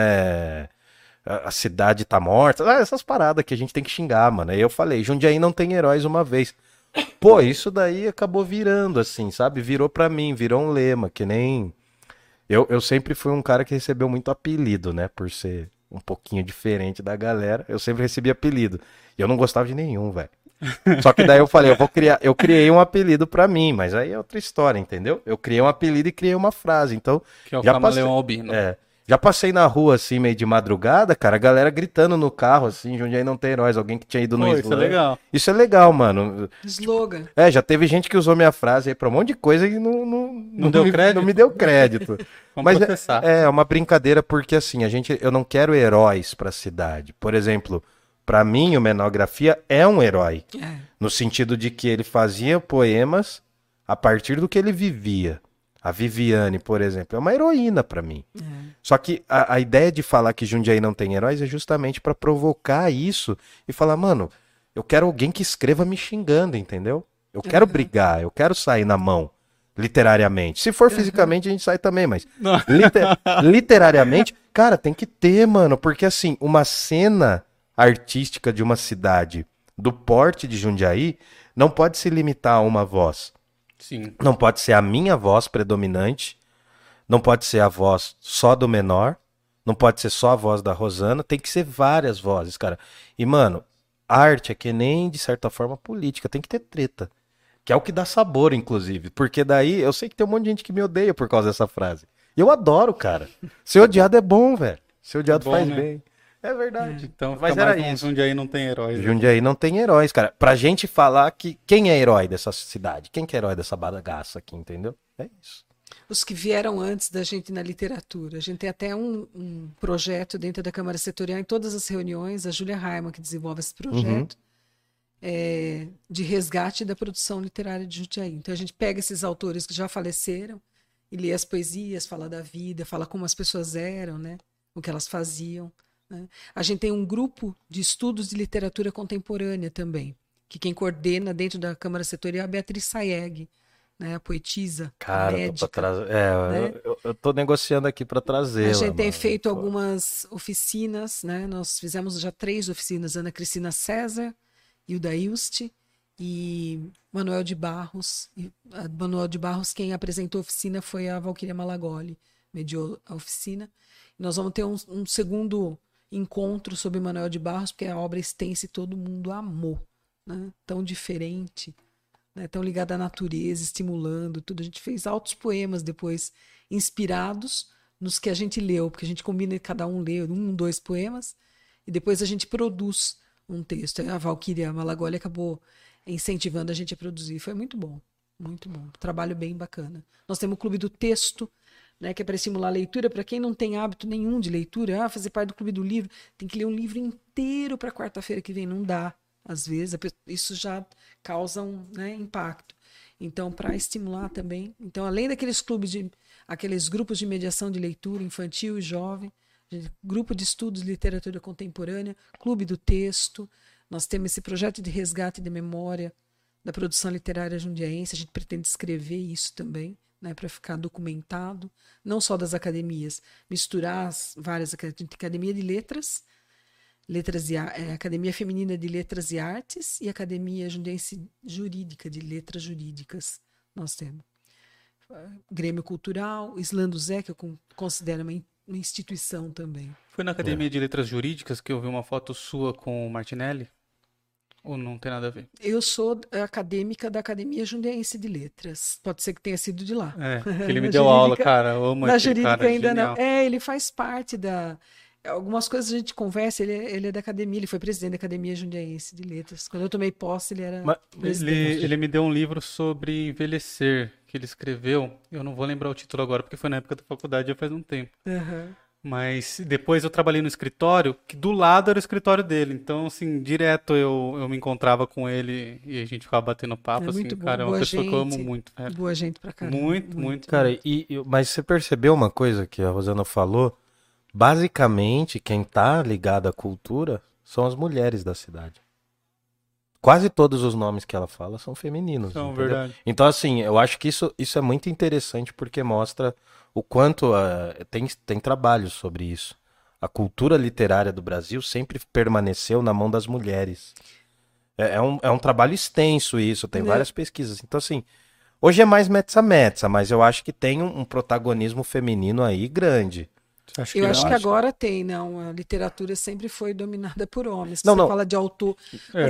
a cidade tá morta, essas paradas que a gente tem que xingar, mano. Aí eu falei, Jundiaí não tem heróis uma vez. Pô, isso daí acabou virando, assim, sabe? Virou pra mim, virou um lema, que nem... Eu sempre fui um cara que recebeu muito apelido, né? Por ser um pouquinho diferente da galera, eu sempre recebi apelido. E eu não gostava de nenhum, velho. Só que daí eu falei, eu criei um apelido pra mim, mas aí é outra história, entendeu? Eu criei um apelido e criei uma frase, então... Que é o já camaleão albino. já passei na rua, assim, meio de madrugada, cara, a galera gritando no carro, assim, Jundiaí não tem heróis, alguém que tinha ido no Pô, Islã. isso é legal. Isso é legal, mano. Slogan. Já teve gente que usou minha frase aí pra um monte de coisa e não deu me, crédito? não me deu crédito. Vamos Mas processar. é uma brincadeira porque, assim, eu não quero heróis pra cidade. Por exemplo, pra mim, o Menografia é um herói. No sentido de que ele fazia poemas a partir do que ele vivia. A Viviane, por exemplo, é uma heroína pra mim. Só que a ideia de falar que Jundiaí não tem heróis é justamente pra provocar isso e falar, mano, eu quero alguém que escreva me xingando, entendeu? Eu quero brigar, eu quero sair na mão, literariamente. Se for fisicamente, a gente sai também, mas literariamente, cara, tem que ter, mano, porque assim, uma cena artística de uma cidade do porte de Jundiaí não pode se limitar a uma voz. Sim. Não pode ser a minha voz predominante, não pode ser a voz só do Menor, não pode ser só a voz da Rosana, tem que ser várias vozes, cara. E, mano, arte é que nem, de certa forma, política, tem que ter treta. Que é o que dá sabor, inclusive. Porque daí, eu sei que tem um monte de gente que me odeia por causa dessa frase. E eu adoro, cara. Ser odiado é bom, velho. Ser odiado bom, faz né? bem. É verdade. Então, Mas fica era mais um isso. Jundiaí não tem heróis. Jundiaí não tem heróis, cara. Pra gente falar que quem é herói dessa cidade, quem que é herói dessa bagaça aqui, entendeu? É isso. Os que vieram antes da gente na literatura. A gente tem até um projeto dentro da Câmara Setorial, em todas as reuniões, a Júlia Raiman, que desenvolve esse projeto, de resgate da produção literária de Jundiaí. Então a gente pega esses autores que já faleceram e lê as poesias, fala da vida, fala como as pessoas eram, né? O que elas faziam. Né? A gente tem um grupo de estudos de literatura contemporânea também, que quem coordena dentro da Câmara Setorial é a Beatriz Sayeg, né, a poetisa, Cara, médica. né? eu tô negociando aqui pra trazer. A gente tem feito algumas oficinas, né? Nós fizemos já 3 oficinas, Ana Cristina César, Hilda Ilst e Manuel de Barros. E Manuel de Barros, quem apresentou a oficina foi a Valquíria Malagoli, mediou a oficina. Nós vamos ter um segundo encontro sobre Manuel de Barros, porque a obra é extensa e todo mundo amou, né? Tão diferente, né? Tão ligada à natureza, estimulando tudo. A gente fez altos poemas depois, inspirados nos que a gente leu, porque a gente combina, cada um lê 1, 2 poemas, e depois a gente produz um texto. A Valquíria Malagoli acabou incentivando a gente a produzir. Foi muito bom, muito bom. Trabalho bem bacana. Nós temos o Clube do Texto, né, que é para estimular a leitura. Para quem não tem hábito nenhum de leitura, fazer parte do Clube do Livro, tem que ler um livro inteiro para quarta-feira que vem. Não dá, às vezes. Isso já causa né, impacto. Então, para estimular também. Então, além daqueles clubes aqueles grupos de mediação de leitura infantil e jovem, Grupo de Estudos de Literatura Contemporânea, Clube do Texto. Nós temos esse projeto de resgate de memória da produção literária jundiaense. A gente pretende escrever isso também, né, para ficar documentado, não só das academias, misturar as várias academia de letras Academia Feminina de Letras e Artes e Academia Jundiaense Jurídica de Letras Jurídicas. Nós temos Grêmio Cultural, Islando Zé, que eu considero uma instituição também. Foi na Academia de Letras Jurídicas que eu vi uma foto sua com o Martinelli? Ou não tem nada a ver? Eu sou acadêmica da Academia Jundiaense de Letras. Pode ser que tenha sido de lá. Que ele me deu aula, cara. Eu amo na aquele jurídica cara, ainda genial. não. Ele faz parte da... Algumas coisas a gente conversa, ele é da academia, ele foi presidente da Academia Jundiaense de Letras. Quando eu tomei posse, ele era presidente. Ele me deu um livro sobre envelhecer, que ele escreveu. Eu não vou lembrar o título agora, porque foi na época da faculdade, já faz um tempo. Uhum. Mas depois eu trabalhei no escritório, que do lado era o escritório dele. Então, assim, direto eu me encontrava com ele e a gente ficava batendo papo, assim, bom, cara, é uma pessoa que eu amo muito, velho. Boa gente pra caramba. Muito. Cara, mas você percebeu uma coisa que a Rosana falou? Basicamente, quem tá ligado à cultura são as mulheres da cidade. Quase todos os nomes que ela fala são femininos. São, entendeu? verdade. Então, assim, eu acho que isso é muito interessante porque mostra o quanto tem trabalho sobre isso. A cultura literária do Brasil sempre permaneceu na mão das mulheres. É um trabalho extenso isso, tem várias pesquisas. Então, assim, hoje é mais metsa-metsa, mas eu acho que tem um protagonismo feminino aí grande. Eu acho que agora tem, não. A literatura sempre foi dominada por homens. Não, você não. fala de autor. Não.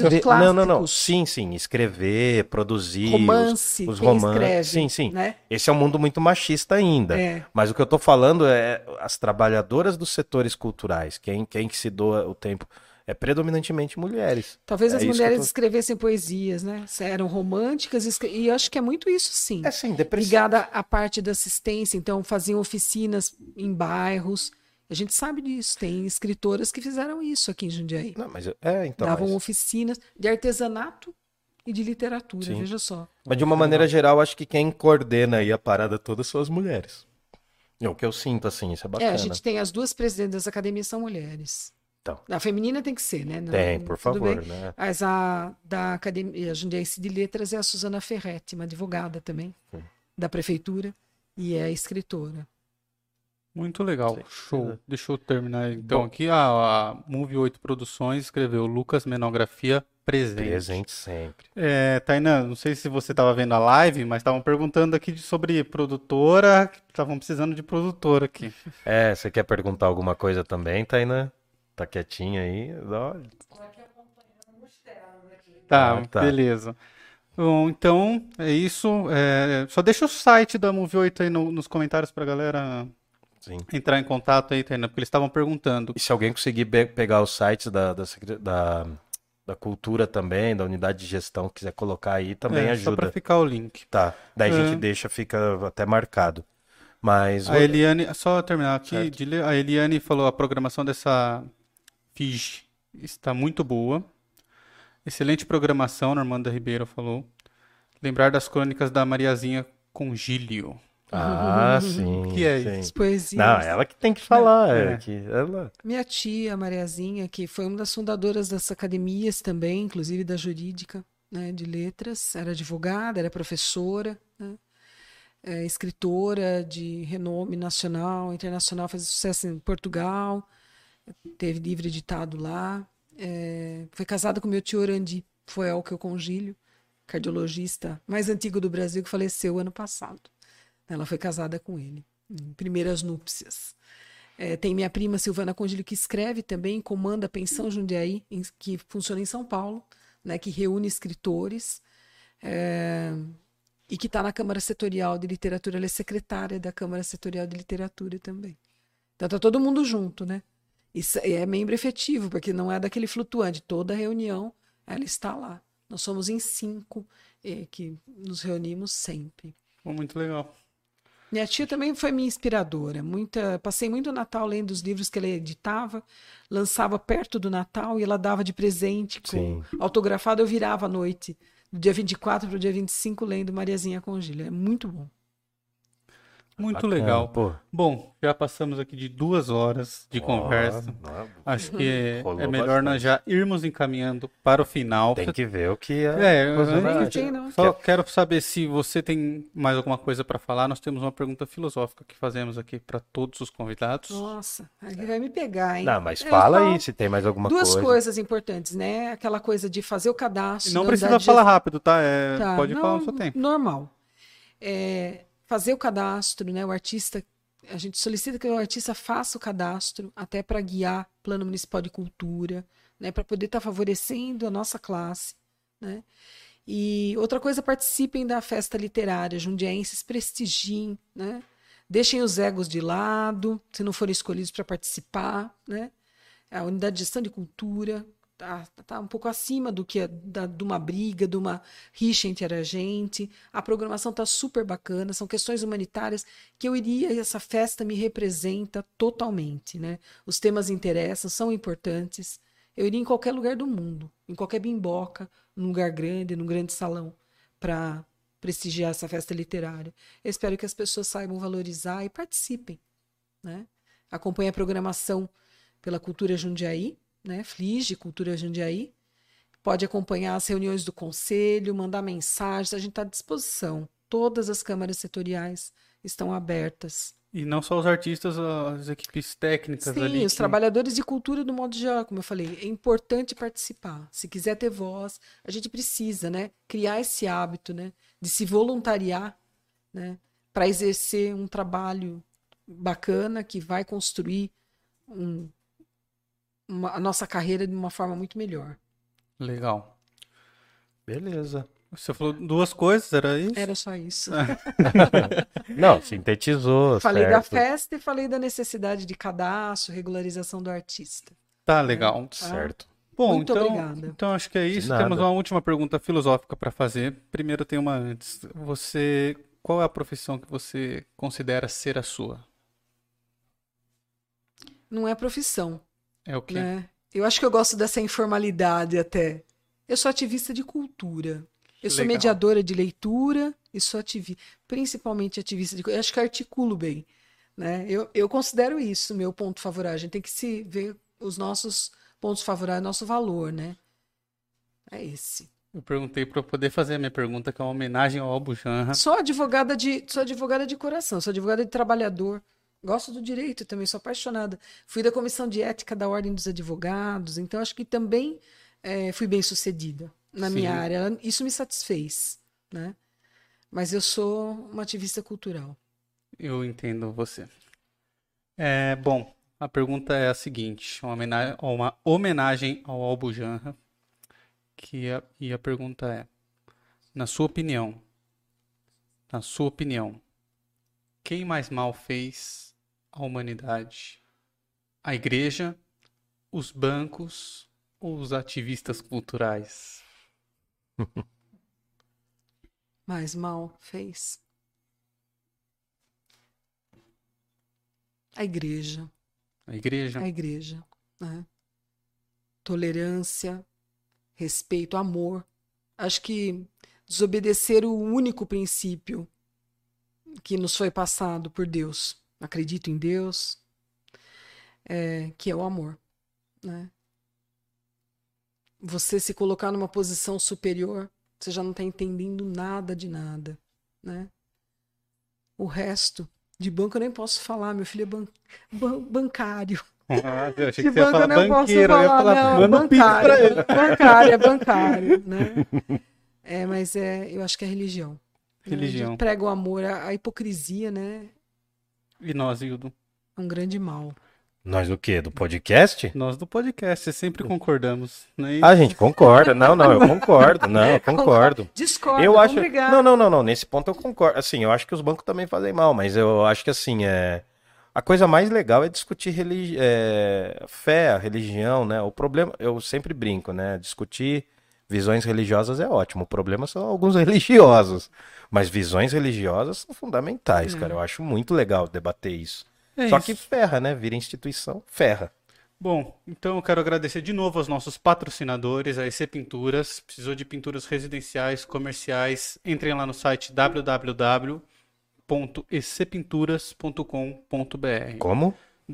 Sim. Escrever, produzir. Romance, os quem romances. escreve, Sim. né? Esse é um mundo muito machista ainda. É. Mas o que eu tô falando é as trabalhadoras dos setores culturais. Quem que se doa o tempo é predominantemente mulheres. Talvez as isso que mulheres escrevessem poesias, né? Eram românticas e eu acho que é muito isso, sim. É sim, ligada à parte da assistência, então faziam oficinas em bairros. A gente sabe disso, tem escritoras que fizeram isso aqui em Jundiaí. Não, mas davam oficinas de artesanato e de literatura, sim. veja só. Mas de uma maneira geral, acho que quem coordena aí a parada toda são as mulheres. É o que eu sinto, assim, isso é bacana. A gente tem as duas presidentes das academias são mulheres. Então. A feminina tem que ser, né? Tem, por favor, bem. né? Mas da Academia Jundiaense de Letras é a Suzana Ferretti, uma advogada também, da prefeitura, e é escritora. Muito legal, Sim. show. Deixa eu terminar então aqui. A Move 8 Produções escreveu Lucas Menografia Presente. Presente sempre. Tainan, não sei se você estava vendo a live, mas estavam perguntando aqui sobre produtora, estavam precisando de produtora aqui. Você quer perguntar alguma coisa também, Tainan? Tá quietinha aí? Olha. Tá, beleza. Bom, então, é isso. Só deixa o site da Move 8 aí nos comentários pra galera entrar em contato aí, Tainá, porque eles estavam perguntando. E se alguém conseguir pegar os sites da cultura também, da unidade de gestão, quiser colocar aí, também ajuda. Só pra ficar o link. Tá, daí a gente fica até marcado. Mas... A Eliane, só terminar aqui de ler, a Eliane falou, a programação dessa FIG está muito boa. Excelente programação, Normanda Ribeiro falou. Lembrar das crônicas da Mariazinha Congílio. Ah, sim. Que é sim. isso? Poesias. Não, ela que tem que falar. Ela... Minha tia, Mariazinha, que foi uma das fundadoras das academias também, inclusive da jurídica, né, de letras. Era advogada, era professora, né? Escritora de renome nacional, internacional, fez sucesso em Portugal, teve livro editado lá. Foi casada com meu tio Orandi, foi ao que eu Congílio, cardiologista mais antigo do Brasil, que faleceu ano passado. Ela foi casada com ele, em primeiras núpcias. Tem minha prima Silvana Congílio, que escreve também, comanda a Pensão Jundiaí, que funciona em São Paulo, né, que reúne escritores, e que está na Câmara Setorial de Literatura. Ela é secretária da Câmara Setorial de Literatura também. Então está todo mundo junto, né? Isso é membro efetivo, porque não é daquele flutuante. Toda reunião, ela está lá. Nós somos em 5 que nos reunimos sempre. Muito legal. Minha tia também foi minha inspiradora. Passei muito o Natal lendo os livros que ela editava, lançava perto do Natal e ela dava de presente, autografado. Eu virava à noite, do dia 24 para o dia 25, lendo Mariazinha Congílio. É muito bom. Muito Bacana, legal. pô. Bom, já passamos aqui de 2 horas de conversa. Acho que Rolou é melhor nós já irmos encaminhando para o final. Tem que ver o que É, Nem tem, não. só quero saber se você tem mais alguma coisa para falar. Nós temos uma pergunta filosófica que fazemos aqui para todos os convidados. Nossa, aí vai me pegar, hein? Não, mas Eu fala falo aí se tem mais alguma duas coisa. coisas importantes, né? Aquela coisa de fazer o cadastro. E não da precisa unidade falar rápido, tá? Tá, Pode não, falar no seu tempo. normal. Fazer o cadastro, né? O artista, a gente solicita que o artista faça o cadastro até para guiar Plano Municipal de Cultura, né? Para poder estar favorecendo a nossa classe, né? E outra coisa, participem da festa literária, jundiaenses, prestigiem, né? Deixem os egos de lado, se não forem escolhidos para participar, né? A unidade de gestão de cultura tá um pouco acima do que de uma briga, de uma rixa entre a gente. A programação tá super bacana, são questões humanitárias que eu iria, e essa festa me representa totalmente, né? Os temas interessam, são importantes. Eu iria em qualquer lugar do mundo, em qualquer bimboca, num lugar grande, num grande salão, para prestigiar essa festa literária. Eu espero que as pessoas saibam valorizar e participem, né? Acompanhe a programação pela Cultura Jundiaí, né? Flige Cultura Jundiaí. Pode acompanhar as reuniões do conselho, mandar mensagens, a gente está à disposição. Todas as câmaras setoriais estão abertas. E não só os artistas, as equipes técnicas Sim, ali. os trabalhadores de cultura do modo geral, como eu falei, é importante participar. Se quiser ter voz, a gente precisa, né, criar esse hábito, né, de se voluntariar, né, para exercer um trabalho bacana que vai construir a nossa carreira de uma forma muito melhor. Legal. Beleza. Você falou 2 coisas, era isso? Era só isso. Não, sintetizou, Falei da certo. festa e falei da necessidade de cadastro, regularização do artista. Tá legal. Certo. Bom, Muito então, obrigada. então acho que é isso. nada. Temos uma última pergunta filosófica para fazer. Primeiro tem uma antes. Qual é a profissão que você considera ser a sua? Não é profissão, É o quê? né? Eu acho que eu gosto dessa informalidade até. Eu sou ativista de cultura. Eu sou Legal. mediadora de leitura e sou principalmente ativista de cultura. Eu acho que articulo bem, né? Eu considero isso meu ponto favorável. A gente tem que se ver os nossos pontos favoráveis, nosso valor, né? É esse. Eu perguntei para poder fazer a minha pergunta, que é uma homenagem ao Albujanra. Sou advogada de coração, sou advogada de trabalhador. Gosto do direito também, sou apaixonada. Fui da comissão de ética da Ordem dos Advogados, então acho que também fui bem sucedida na minha Sim. área. Isso me satisfez, né? Mas eu sou uma ativista cultural. Eu entendo você. Bom, a pergunta é a seguinte, uma homenagem ao Albujanra, e a pergunta é, na sua opinião, quem mais mal fez à humanidade? A igreja, os bancos ou os ativistas culturais? Mas mal fez. A igreja. A igreja? A igreja, né? Tolerância, respeito, amor. Acho que desobedecer o único princípio que nos foi passado por Deus. Acredito em Deus, que é o amor, né? Você se colocar numa posição superior, você já não está entendendo nada de nada, né? O resto de banco eu nem posso falar, meu filho é bancário. Eu achei De que você ia banco falar eu não posso banqueiro, eu ia falar, falar, não, manda um pix pra ele. bancário, né? Mas eu acho que é religião. Né? Religião. A gente prega o amor, a hipocrisia, né? E nós, Hildo? É um grande mal. Nós o quê? Do podcast? Nós do podcast sempre concordamos, não é isso? A gente concorda. Não, eu concordo. Não, eu concordo. Discordo, Eu vamos acho. brigar. Não. Nesse ponto eu concordo. Assim, eu acho que os bancos também fazem mal, mas eu acho que assim, a coisa mais legal é discutir fé, religião, né? O problema, eu sempre brinco, né? Discutir visões religiosas é ótimo. O problema são alguns religiosos. Mas visões religiosas são fundamentais, cara. Eu acho muito legal debater isso. Só que ferra, né? Vira instituição, ferra. Bom, então eu quero agradecer de novo aos nossos patrocinadores, a EC Pinturas. Precisou de pinturas residenciais, comerciais, entrem lá no site www.ecpinturas.com.br www.ecpinturas.com.br. Como?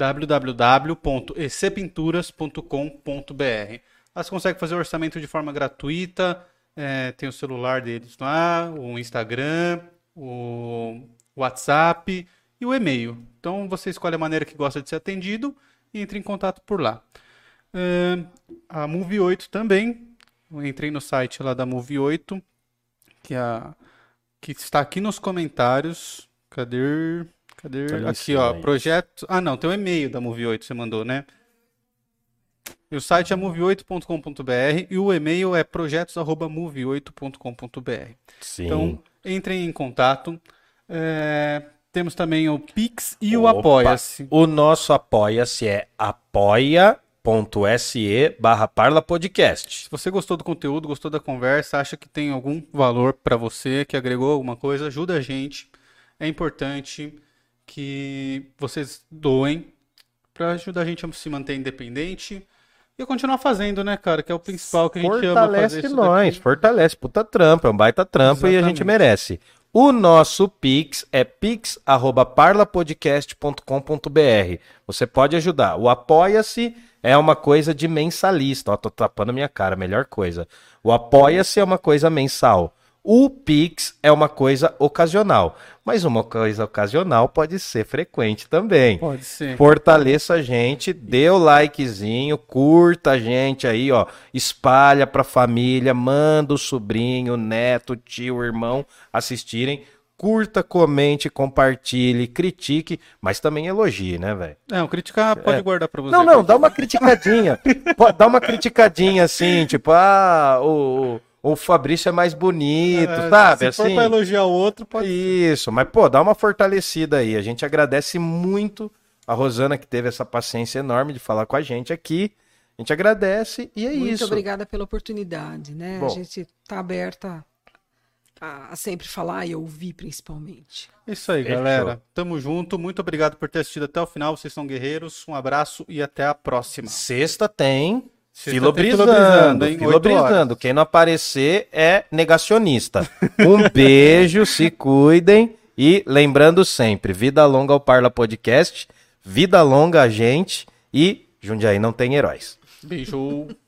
www.ecpinturas.com.br. Você consegue fazer o orçamento de forma gratuita, tem o celular deles lá, o Instagram, o WhatsApp e o e-mail. Então você escolhe a maneira que gosta de ser atendido e entre em contato por lá. A Move 8 também, eu entrei no site lá da Move 8, que está aqui nos comentários. Cadê? Aqui, ó, projeto. Ah, não, tem o e-mail da Move 8, você mandou, né? E o site é move8.com.br e o e-mail é projetos@move8.com.br. Sim. Então, entrem em contato. Temos também o Pix e o Apoia-se. O nosso Apoia-se é apoia.se/parlapodcast. Se você gostou do conteúdo, gostou da conversa, acha que tem algum valor para você, que agregou alguma coisa, ajuda a gente. É importante que vocês doem para ajudar a gente a se manter independente e continuar fazendo, né, cara? Que é o principal que a gente ama fazer isso daqui. Fortalece, puta trampo, é um baita trampo. Exatamente. E a gente merece. O nosso Pix é pix@parlapodcast.com.br. Você pode ajudar. O Apoia-se é uma coisa de mensalista. Ó, tô tapando a minha cara, melhor coisa. O Apoia-se é uma coisa mensal. O Pix é uma coisa ocasional, mas uma coisa ocasional pode ser frequente também. Pode ser. Fortaleça a gente, dê o likezinho, curta a gente aí, ó, espalha pra família, manda o sobrinho, o neto, o tio, o irmão assistirem. Curta, comente, compartilhe, critique, mas também elogie, né, velho? Não, criticar pode guardar pra você. Não, dá uma criticadinha. Dá uma criticadinha assim, tipo, o Fabrício é mais bonito, sabe? Se for pra elogiar o outro, pode Isso, mas, pô, dá uma fortalecida aí. A gente agradece muito a Rosana, que teve essa paciência enorme de falar com a gente aqui. A gente agradece e é isso. Muito obrigada pela oportunidade, né? Bom, a gente tá aberta a sempre falar e ouvir, principalmente. Isso aí, galera. Tamo junto. Muito obrigado por ter assistido até o final. Vocês são guerreiros. Um abraço e até a próxima. Sexta tem... Filobrizando. Quem não aparecer é negacionista. Um beijo, se cuidem e lembrando sempre, vida longa ao Parla Podcast, vida longa a gente e Jundiaí não tem heróis. Beijo.